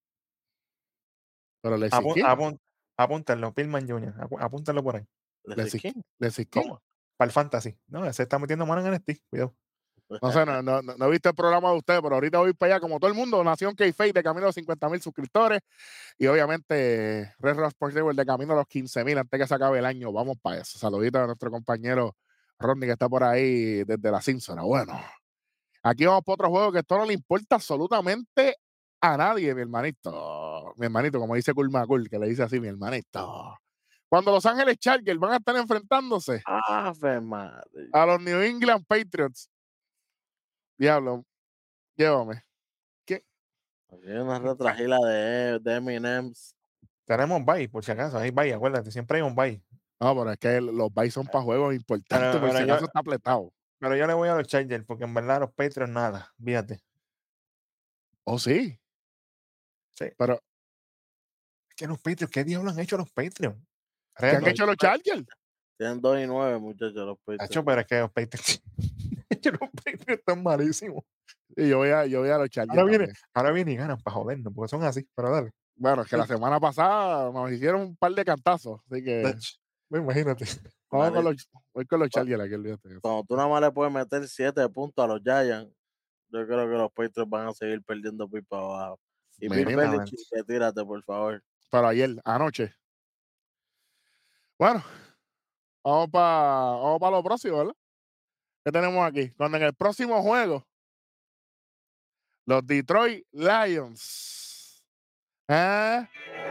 Pero Leslie Apún- King, apún- Apúntenlo, Pittman junior Apú- Apúntenlo por ahí. Leslie Leslie King. King, Leslie King. ¿Cómo? Para el fantasy. No, se está metiendo mano en N F T. Cuidado. No sé, no, no, no, no he visto el programa de ustedes, pero ahorita voy para allá, como todo el mundo, Nación K-Face de camino a los cincuenta mil suscriptores y obviamente Red Rock Sports Network de camino a los quince mil antes que se acabe el año. Vamos para eso. Saluditos a nuestro compañero Rodney que está por ahí desde la Simpsona. Bueno, aquí vamos para otro juego que esto no le importa absolutamente a nadie, mi hermanito. Mi hermanito, como dice Cool McCool, que le dice así, mi hermanito. Cuando Los Ángeles Chargers van a estar enfrentándose Ave madre. a los New England Patriots. Diablo, llévame. Había una retragila de, de Eminems. Tenemos bye, por si acaso. Hay bye, acuérdate. Siempre hay un bye. No, pero es que los buys son para juegos importantes, Pero, por si pero, acaso yo, está apretado. pero yo le voy a los Chargers porque en verdad los Patriots nada. Fíjate. Oh, sí. Sí. Pero, Es que los Patriots, ¿qué diablos han hecho los Patriots? ¿qué han Reto. hecho los Chargers? Tienen dos y nueve, muchachos, los Patriots. Hacho, pero es que los Patriots, los Patriots están malísimos. Y yo voy a, yo voy a los Chargers Ahora viene, también. ahora viene y ganan para jodernos, porque son así, pero dale. Bueno, es que la semana pasada nos hicieron un par de cantazos, así que Ach, imagínate. vamos con Vale. los, voy con los Chargers aquí, olvídate de eso. Cuando tú nada más le puedes meter siete puntos a los Giants, yo creo que los Patriots van a seguir perdiendo pipa abajo. Y Bill Mínimamente. Belichick, que tírate, por favor. Pero ayer, anoche. Bueno, vamos para vamos pa lo próximo, ¿verdad? ¿Qué tenemos aquí? Cuando en el próximo juego, los Detroit Lions. ¿Eh?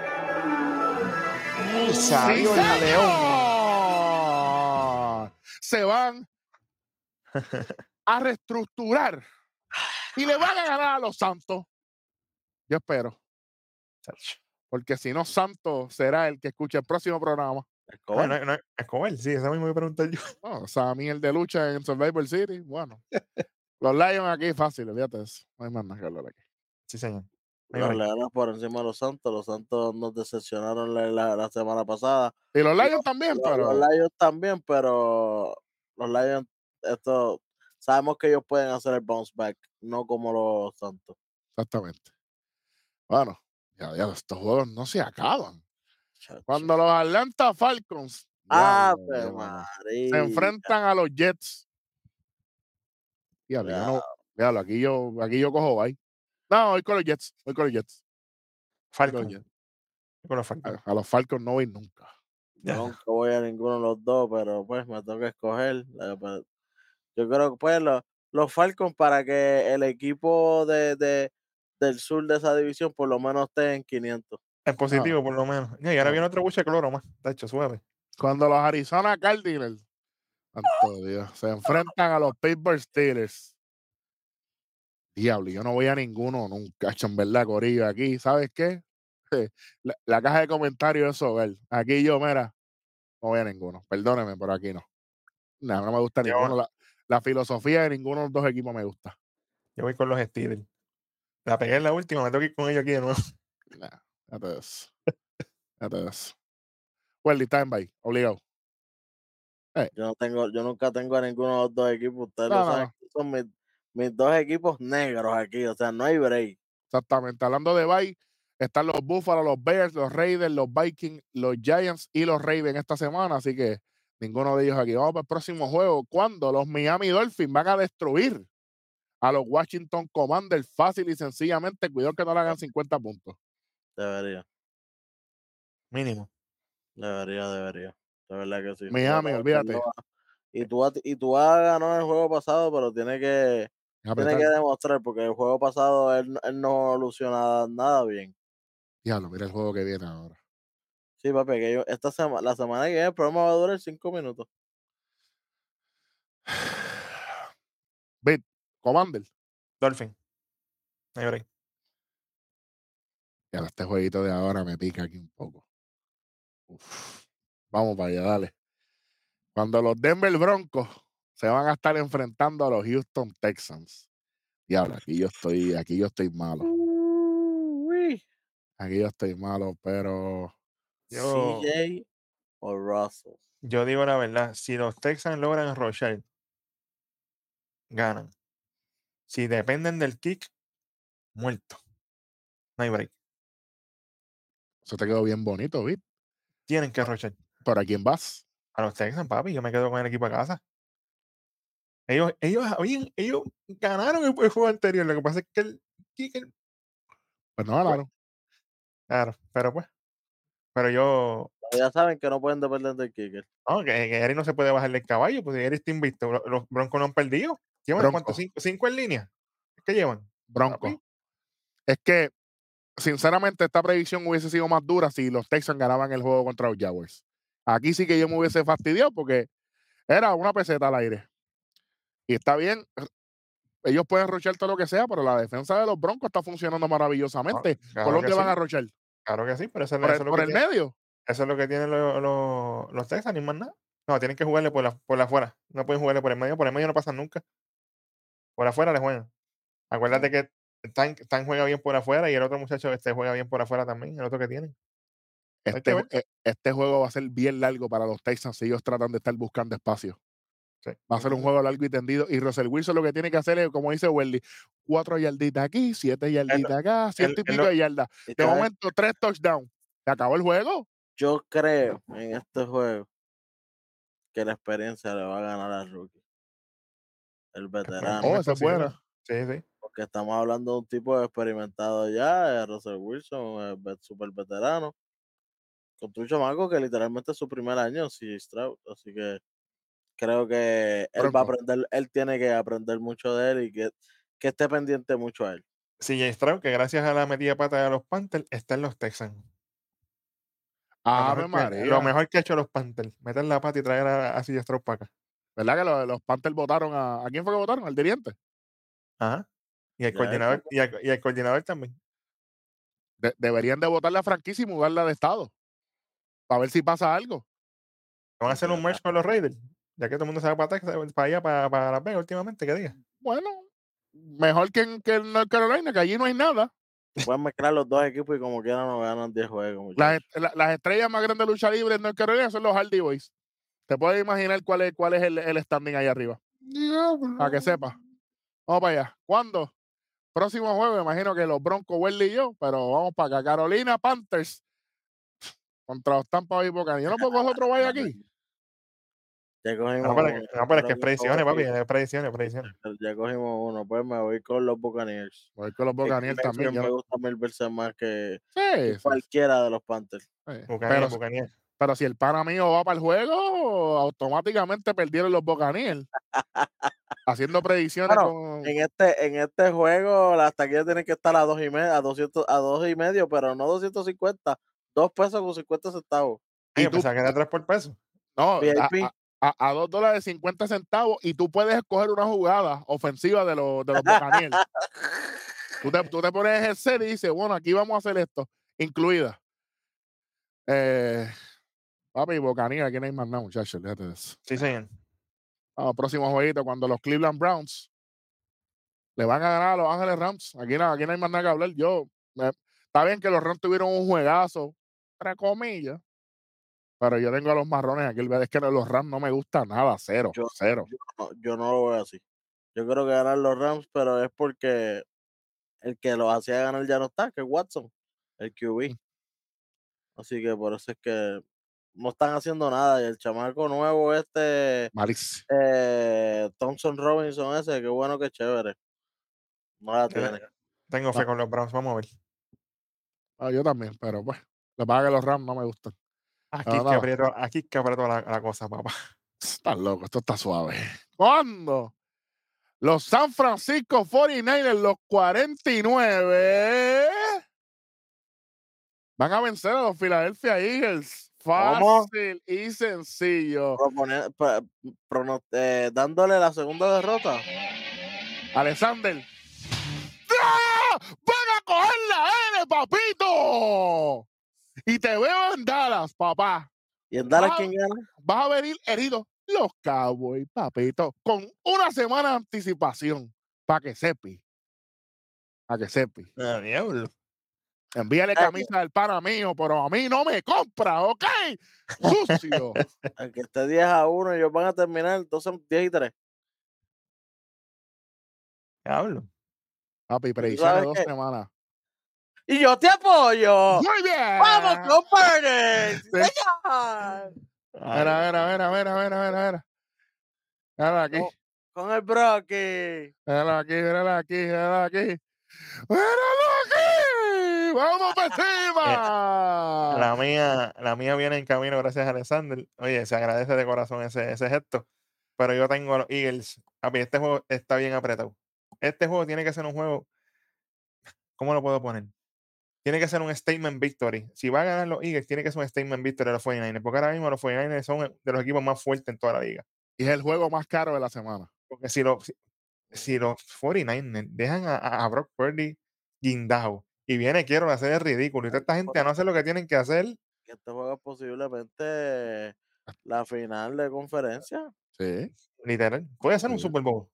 Salió ¡Sí, el león. señor! Se van a reestructurar y le van a ganar a los Santos. Yo espero, Ach. porque si no, Santos será el que escuche el próximo programa. Ah, Escobar. no, no, Escobar, sí, esa misma voy a preguntar yo. No, o sea, a mí el de lucha en Survivor City, bueno. Los Lions aquí fácil, fíjate eso. No hay más nada que hablar aquí. Sí, señor. Ahí Los va. Leones por encima de los Santos. Los Santos nos decepcionaron la, la, la semana pasada. Y los Lions Los, también, los- pero. los Lions también, pero los Lions, esto, sabemos que ellos pueden hacer el bounce back, no como los Santos. Exactamente. Bueno, ya, ya, estos juegos no se acaban. Chacho. Cuando los Atlanta Falcons Ave diablo, diablo, María. se enfrentan a los Jets. Diablo, yo Ya. no. Diablo, aquí yo, aquí yo cojo bye. No, voy con los Jets. Voy con los Jets. Voy con los Falcon. Jets. Con los Falcons. A, a los Falcons no voy nunca. Yo Ya. nunca voy a ninguno de los dos, pero pues me toca escoger. eh, pues, Yo creo que pues los, los Falcons para que el equipo de, de- del sur de esa división por lo menos esté en quinientos. Es positivo, por lo menos. Y ahora Ah. viene otro buche de cloro más. De hecho, suave. Cuando los Arizona Cardinals, santo Dios, se enfrentan a los Pittsburgh Steelers. Diablo, yo no voy a ninguno nunca, en verdad, Corillo. Aquí, ¿sabes qué? La, la caja de comentarios es hogar. Aquí yo, mira, no voy a ninguno. Perdóneme, pero aquí no. No, no me gusta Yo, ninguno. La, la filosofía de ninguno de los dos equipos me gusta. yo voy con los Steelers. La pegué en la última, me tengo que ir con ellos aquí de nuevo. Nah, fíjate de eso. Fíjate de eso. Well, está en bye, obligado. Yo no tengo, yo nunca tengo a ninguno de los dos equipos. Ustedes No, lo no, saben. no. que Son mis, mis dos equipos negros aquí. O sea, no hay break. Exactamente. Hablando de bye, están los Buffalo, los Bears, los Raiders, los Vikings, los Giants y los Ravens esta semana. Así que ninguno de ellos aquí. Vamos para el próximo juego. Cuando los Miami Dolphins van a destruir a los Washington Commanders fácil y sencillamente. Cuidado que no le hagan cincuenta puntos. Debería, Mínimo. debería, debería. De verdad que sí. Miami, Pero, olvídate. no, Y tú, y tú ganó el juego pasado, pero tiene que, tiene que demostrar, porque el juego pasado él, él no evoluciona nada bien. Diablo, mira el juego que viene ahora. Sí, papi, que yo, esta semana, la semana que viene el programa va a durar cinco minutos. Bit, Commander. Dolphin. Ahí va. Y ahora este jueguito de ahora me pica aquí un poco. Uf. Vamos para allá, dale. Cuando los Denver Broncos se van a estar enfrentando a los Houston Texans. Diablo, aquí yo estoy, aquí yo estoy malo. Uy. Aquí yo estoy malo, pero Yo, C J o Russell. yo digo la verdad, si los Texans logran arrollar, ganan. Si dependen del kick, muerto. No hay break. eso te quedó bien bonito, ¿viste? Tienen que arrollar. ¿Para quién vas? A los Texans, papi, yo me quedo con el equipo a casa. Ellos, ellos, habían, ellos ganaron el, el juego anterior. Lo que pasa es que el kicker, Pues no pues, ganaron. claro, pero pues, pero yo, Ya saben que no pueden depender del kicker. no, que, que Eric no se puede bajarle el caballo, pues Eric está invicto. Los, los Broncos no han perdido. ¿Llevan Bronco, cuántos? Cinco, cinco en línea. ¿Qué llevan? Bronco. Papi, Es que, sinceramente, esta predicción hubiese sido más dura si los Texans ganaban el juego contra los Jaguars. Aquí sí que yo me hubiese fastidiado porque era una peseta al aire. Y está bien, ellos pueden rochar todo lo que sea, pero la defensa de los Broncos está funcionando no, maravillosamente. ¿Por claro dónde que van sí, a rochar? claro que sí, pero eso, ¿Por eso el, es lo por que el tiene, medio? eso es lo que tienen los, los, los Texans, ni más nada. No, tienen que jugarle por la, por la afuera. No pueden jugarle por el medio, por el medio no pasan nunca. Por afuera le juegan. Acuérdate que Tan, Tan juega bien por afuera y el otro muchacho este juega bien por afuera también, el otro que tienen. Hay Este, que ju- ver. eh, este juego va a ser bien largo para los Texans si ellos tratan de estar buscando espacio. Sí. Va a ser un Ujú. juego largo y tendido. Y Russell Wilson lo que tiene que hacer es, como dice Welly, cuatro yarditas aquí, siete Es lo- yarditas acá, es- ciento y es pico lo- de yardas. Y De sabes, momento, tres touchdowns. ¿Se acabó el juego? yo creo en este juego que la experiencia le va a ganar al rookie, el es muy, es veterano. Oh, muy esa es posible. buena. Sí, sí. Porque estamos hablando de un tipo experimentado ya, eh, Russell Wilson, eh, ve- super veterano, con un chamaco que literalmente es su primer año en C J Stroud. Así que creo que él va a Bronco. aprender, él tiene que aprender mucho de él y que, que esté pendiente mucho a él. C J Stroud, que gracias a la metida de pata de los Panthers, está en los Texans. Lo Ave mejor, que, lo María. mejor que ha hecho los Panthers, meter la pata y traer a, a C J Stroud para acá. ¿Verdad que los, los Panthers votaron a... ¿A quién fue que votaron? ¿Al Diriente? Ajá. Y el Ya, coordinador, y el, y el coordinador también. De- deberían de votarla a franquicia y mudarla de estado. Para ver si pasa algo. Van a hacer un merge con los Raiders. Ya que todo el mundo se va para Texas, para allá, para, para Las Vegas últimamente, que diga. Bueno, mejor que en, que en North Carolina, que allí no hay nada. pueden mezclar los dos equipos y como quieran no ganan diez juegos, Las, muchachos. est- la- las estrellas más grandes de lucha libre en North Carolina son los Hardy Boys. Te puedes imaginar cuál es, cuál es el, el standing ahí arriba. Para que sepas. Vamos para allá. ¿Cuándo? Próximo juego, me imagino que los Broncos, Welly y yo, pero vamos para acá. Carolina Panthers contra los Tampa Bay Buccaneers. Yo no puedo coger otro vaya aquí. Ya cogimos No, pero, uno. no, pero es que es Creo predicciones, fue papi. aquí. Es predicciones, predicciones. Ya cogimos uno, pues me voy con los Buccaneers. Voy con los Que Buccaneers también. Mayfield Yo me no- gusta mil veces más que, Sí, que sí, sí. cualquiera de los Panthers. Sí. Pero, Buccaneers, Buccaneers. pero si el pana mío va para el juego, automáticamente perdieron los Buccaneers. Haciendo predicciones Bueno, con. en este, en este juego las taquillas tienen que estar a dos y medio, a doscientos, a dos y medio, pero no doscientos cincuenta, dos pesos con cincuenta centavos. Ay, Y yo tú, pensaba que era tres por peso. no, a, V I P. a, a, a dos dólares cincuenta centavos y tú puedes escoger una jugada ofensiva de los, de los Buccaneers. tú, te, tú te pones el set y dices, bueno, aquí vamos a hacer esto, incluida. Eh, papi, Buccaneers, aquí no hay más nada, muchachos, déjate de eso. Sí, señor. Vamos, próximo jueguito, cuando los Cleveland Browns le van a ganar a los Ángeles Rams. Aquí, no, aquí no hay más nada que hablar. Yo, me- está bien que los Rams tuvieron un juegazo, entre comillas, pero yo tengo a los marrones aquí. Es que los Rams no me gusta nada, cero, Yo, cero. yo, no, yo no lo veo así. Yo creo que ganan los Rams, pero es porque el que los hacía ganar ya no está, que es Watson, el Q B. Así que por eso es que no están haciendo nada. Y el chamaco nuevo, este Malísimo. eh, Thompson Robinson, ese, qué bueno, qué chévere. No la Yo tiene. te- Tengo fe con los Browns. Vamos a ver. Ah, yo también, pero pues, lo que pasa es que los Rams no me gustan. Aquí No, es que no, aprieto, aquí es que aprieto la, la cosa, papá. estás loco, esto está suave. ¿Cuándo? Los San Francisco cuarenta y nueve ers, los cuarenta y nueve, van a vencer a los Philadelphia Eagles. ¿Cómo? Fácil y sencillo. Proponer- pa- prono- eh, dándole la segunda derrota. Alexander. ¡Ah! ¡Van a coger la N, papito! Y te veo en Dallas, papá. ¿Y en Dallas Ah. quién gana? Vas a venir herido los Cowboys, papito, con una semana de anticipación, para que sepi. Para que sepi. Ah, diablo. Envíale Ay, camisa del pana mío, pero a mí no me compra, ¿ok? Sucio. aunque esté diez a uno, ellos van a terminar entonces diez y tres. Hablo. Papi, ¿Y tú predicciones de sabes dos qué? semanas. ¡Y yo te apoyo! ¡Muy bien! ¡Vamos, compadre! ¡Sí, Sí. señor! Ay, Mira, Dios mira, mío. mira, mira, mira, mira, mira. Mírala aquí, Con, con el Brocky. mírala aquí, mírala aquí, mírala aquí. ¡Mírala aquí! ¡Vamos para Eh, encima! la mía, la mía viene en camino, gracias a Alexander. Oye, se agradece de corazón ese, ese gesto. Pero yo tengo a los Eagles. Papi, este juego está bien apretado. Este juego tiene que ser un juego. ¿Cómo lo puedo poner? Tiene que ser un statement victory. Si va a ganar los Eagles, tiene que ser un statement victory de los cuarenta y nueve, porque ahora mismo los cuarenta y nueve son de los equipos más fuertes en toda la liga. Y es el juego más caro de la semana. Porque si los, si, si los cuarenta y nueve dejan a, a Brock Purdy guindado y viene quiero hacer el ridículo y toda esta gente a no hacer lo que tienen que hacer, Que este juego es posiblemente la final de conferencia. Sí. literal, puede ser un Sí. Super Bowl.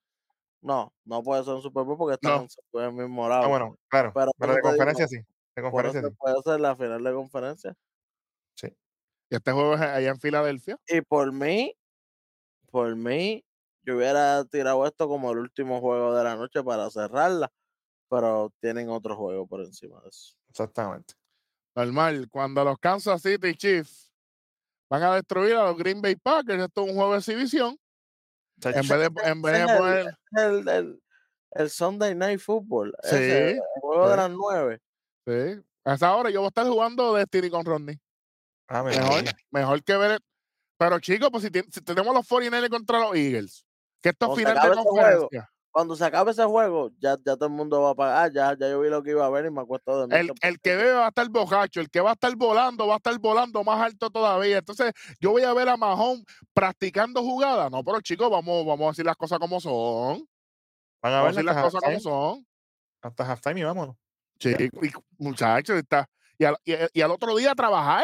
No, no puede ser un Super Bowl porque están No. en el mismo Ah, lado. bueno, claro, Pero pero eso de te digo, conferencia sí. De por conferencia eso sí. puede ser la final de conferencia. Sí. Y este juego es allá en Filadelfia. Y por mí, por mí, yo hubiera tirado esto como el último juego de la noche para cerrarla, pero tienen otro juego por encima de eso. Exactamente. Normal, cuando los Kansas City Chiefs van a destruir a los Green Bay Packers, esto es un juego de exhibición. Chacho, En vez de, en vez Ese de es el, poner. el, el, el Sunday Night Football, Sí, ese, el juego de sí, las nueve. sí. A esa hora yo voy a estar jugando Destiny con Rodney. ah, me Mejor, María. mejor que ver. Pero chicos, pues si, tien- si tenemos los cuarenta y nueve contra los Eagles, que esto es Cuando se final de acabe ese juego, conferencia. cuando se acabe ese juego, ya, ya todo el mundo va a pagar. Ah, ya, ya yo vi lo que iba a ver y me acuesto de El, el que bebe va a estar bocacho, el que va a estar volando, va a estar volando más alto todavía. Entonces, yo voy a ver a Mahomes practicando jugadas. No, pero chicos, vamos, vamos a decir las cosas como son. Van a Vamos a ver decir las hasta cosas como halftime, son. hasta halftime y vámonos. Sí, Ya. y, muchachos, está. Y al, y, y al otro día a trabajar.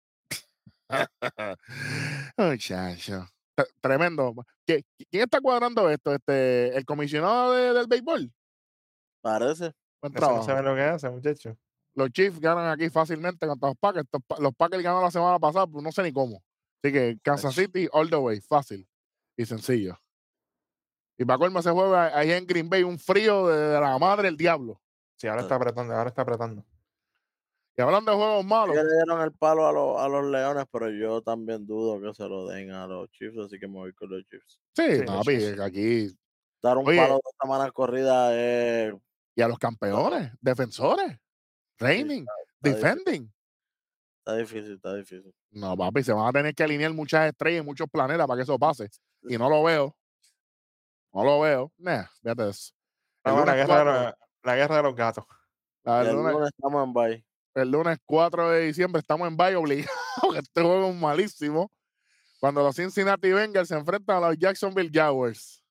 Muchacho. T- Tremendo. ¿Qui- ¿Quién está cuadrando esto? Este, ¿el comisionado de- del béisbol? Parece. Buen Eso no trabajo. sabe lo que hace, muchachos. Los Chiefs ganan aquí fácilmente contra los Packers. Estos pa- Los Packers ganaron la semana pasada, pues no sé ni cómo. Así que Kansas City, all the way, fácil y sencillo. Y para colmo se juega ahí en Green Bay un frío de la madre del diablo. Sí, ahora está apretando, ahora está apretando. Y hablando de juegos malos, Ellos le dieron el palo a, los a los Leones, pero yo también dudo que se lo den a los Chiefs, así que me voy con los Chiefs. sí, Sí, no, los papi, Chiefs. aquí. Dar un Oye, palo dos semanas corridas es. y a los campeones, defensores, reigning, Está difícil, defending. está difícil, está difícil. No, papi, se van a tener que alinear muchas estrellas y muchos planetas para que eso pase. Y no lo veo. No lo veo. Nah, fíjate eso. El Vamos a la lunes guerra, de cuatro, la, la guerra de los gatos. la- Y el el lunes, lunes estamos en bye. el lunes cuatro de diciembre estamos en Bay obligados, que este juego es malísimo. Cuando los Cincinnati Bengals se enfrentan a los Jacksonville Jaguars.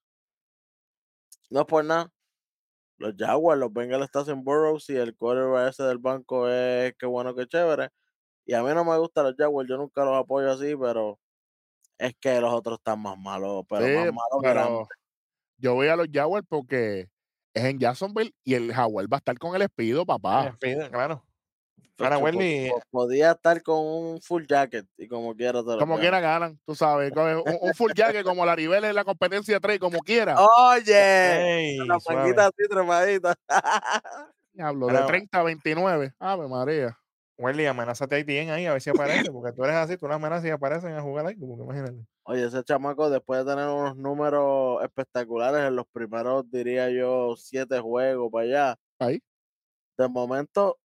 No es por nada. Los Jaguars, los Bengals están en Burrows y el quarterback ese del banco es qué bueno, qué chévere. Y a mí no me gustan los Jaguars, yo nunca los apoyo así, pero es que los otros están más malos, pero más Sí, malos que la pero yo voy a los Jaguars porque es en Jacksonville y el Jaguar va a estar con el Espido, papá. Eh, pide, claro. Pecho, Ahora, po- Welly, po- podía estar con un full jacket y como quiera te lo Como quiera ganan, tú sabes. con Un, un full jacket como la Ribel en la competencia de tres, como quiera. Oye, ey, la suave. manguita así tremadita. Hablo de Ahora, treinta a veintinueve. Ave María. Welly, amenázate a Etienne ahí a ver si aparece, porque tú eres así, tú las amenazas y aparecen a jugar ahí, porque imagínate. Oye, ese chamaco después de tener unos números espectaculares en los primeros, diría yo, siete juegos para allá, Ahí. de momento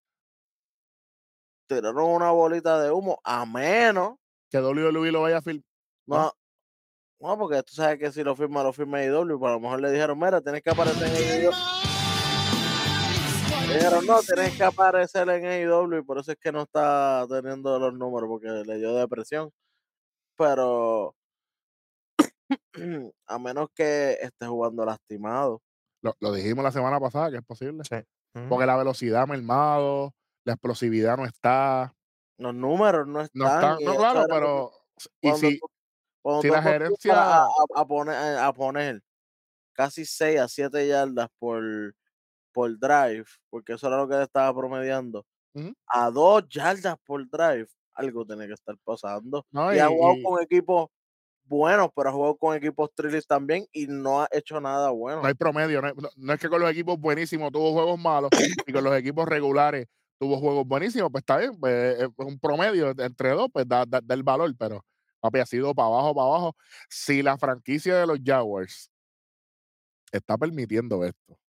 tiraron una bolita de humo, a menos, Que W W E lo vaya a filmar. no, no, porque tú sabes que si lo firma, lo firma I W, pero a lo mejor le dijeron, mira, tienes que aparecer en I W. Le dijeron, no, tienes que aparecer en A E W y por eso es que no está teniendo los números, porque le dio depresión. Pero a menos que esté jugando lastimado. Lo, lo dijimos la semana pasada que es posible. Sí. Ujú. Porque la velocidad ha mermado, la explosividad no está. Los números no No están. están. Y No, eso claro, era lo que- pero. Y cuando si, tú, cuando si tú la acostumbras gerencia. a, a- a poner, a poner casi seis a siete yardas por, por drive, porque eso era lo que él estaba promediando, Ujú. a dos yardas por drive, algo tiene que estar pasando. No, Y ha y, jugado y con equipos buenos, pero ha jugado con equipos trillis también y no ha hecho nada no bueno. hay promedio. No, hay- no- no es que con los equipos buenísimos tuvo juegos malos y con los equipos regulares tuvo juegos buenísimos. Pues está bien, pues, es un promedio de- entre dos, pues da, da- da el valor, pero papi, ha sido para abajo, para abajo. Si la franquicia de los Jaguars está permitiendo esto,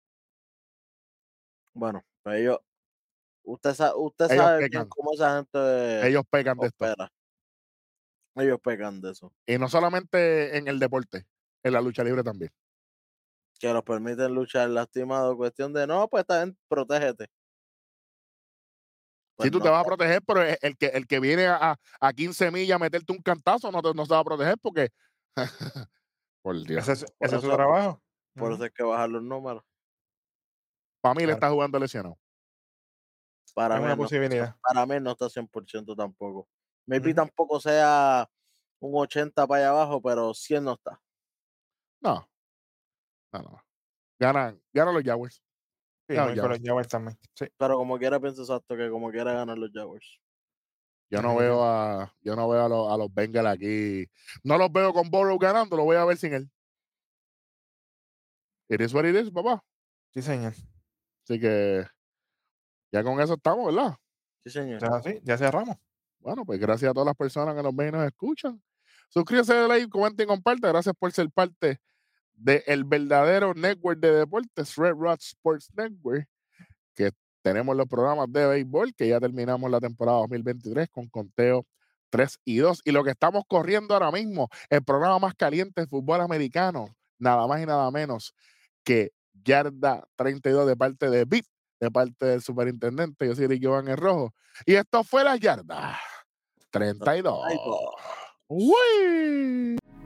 Bueno, pues ellos, usted, sa- usted ellos sabe bien pecan, cómo esa gente ellos pecan de esto. opera. Ellos pecan de eso. Y no solamente en el deporte, en la lucha libre también. Que los permiten luchar lastimados. Cuestión de, no, pues está bien, protégete. Pues Si tú no te vas a está. proteger, pero el el que, el que viene a, a quince millas a meterte un cantazo no, te, no se va a proteger porque, por Dios, Ese es, Por ese es su eso, trabajo. por Ujú, eso hay que bajar los números. para mí le claro. está jugando lesionado. Para Es mí una no está, cien- posibilidad. para mí no está cien por ciento tampoco. Maybe Ujú. tampoco sea un ochenta para allá abajo, pero cien no está. No, no, no. Ganan, ganan los Jaguars. Sí, Ganan me los voy con los Jaguars. Jaguars también. Sí, Pero como quiera pienso exacto que como quiera ganar los Jaguars. Yo no definitivo. veo a, yo no veo a los, a los Bengals aquí. No los veo con Burrow ganando, lo voy a ver sin él. It is what it is, papá. Sí, señor. Así que ya con eso estamos, ¿verdad? Sí, señor. Ya, sí, ya cerramos. Bueno, pues gracias a todas las personas que nos ven y nos escuchan. Suscríbase, dale like, comenten y comparte. Gracias por ser parte del verdadero network de deportes, Red Rod Sports Network, que tenemos los programas de béisbol, que ya terminamos la temporada dos mil veintitrés con conteo tres y dos. Y lo que estamos corriendo ahora mismo, el programa más caliente de fútbol americano, nada más y nada menos que Yarda treinta y dos de parte de Bit, de parte del superintendente. Yo soy Eric Giovanni Rojo. Y esto fue la Yarda treinta y dos. Ay, pues. ¡Uy!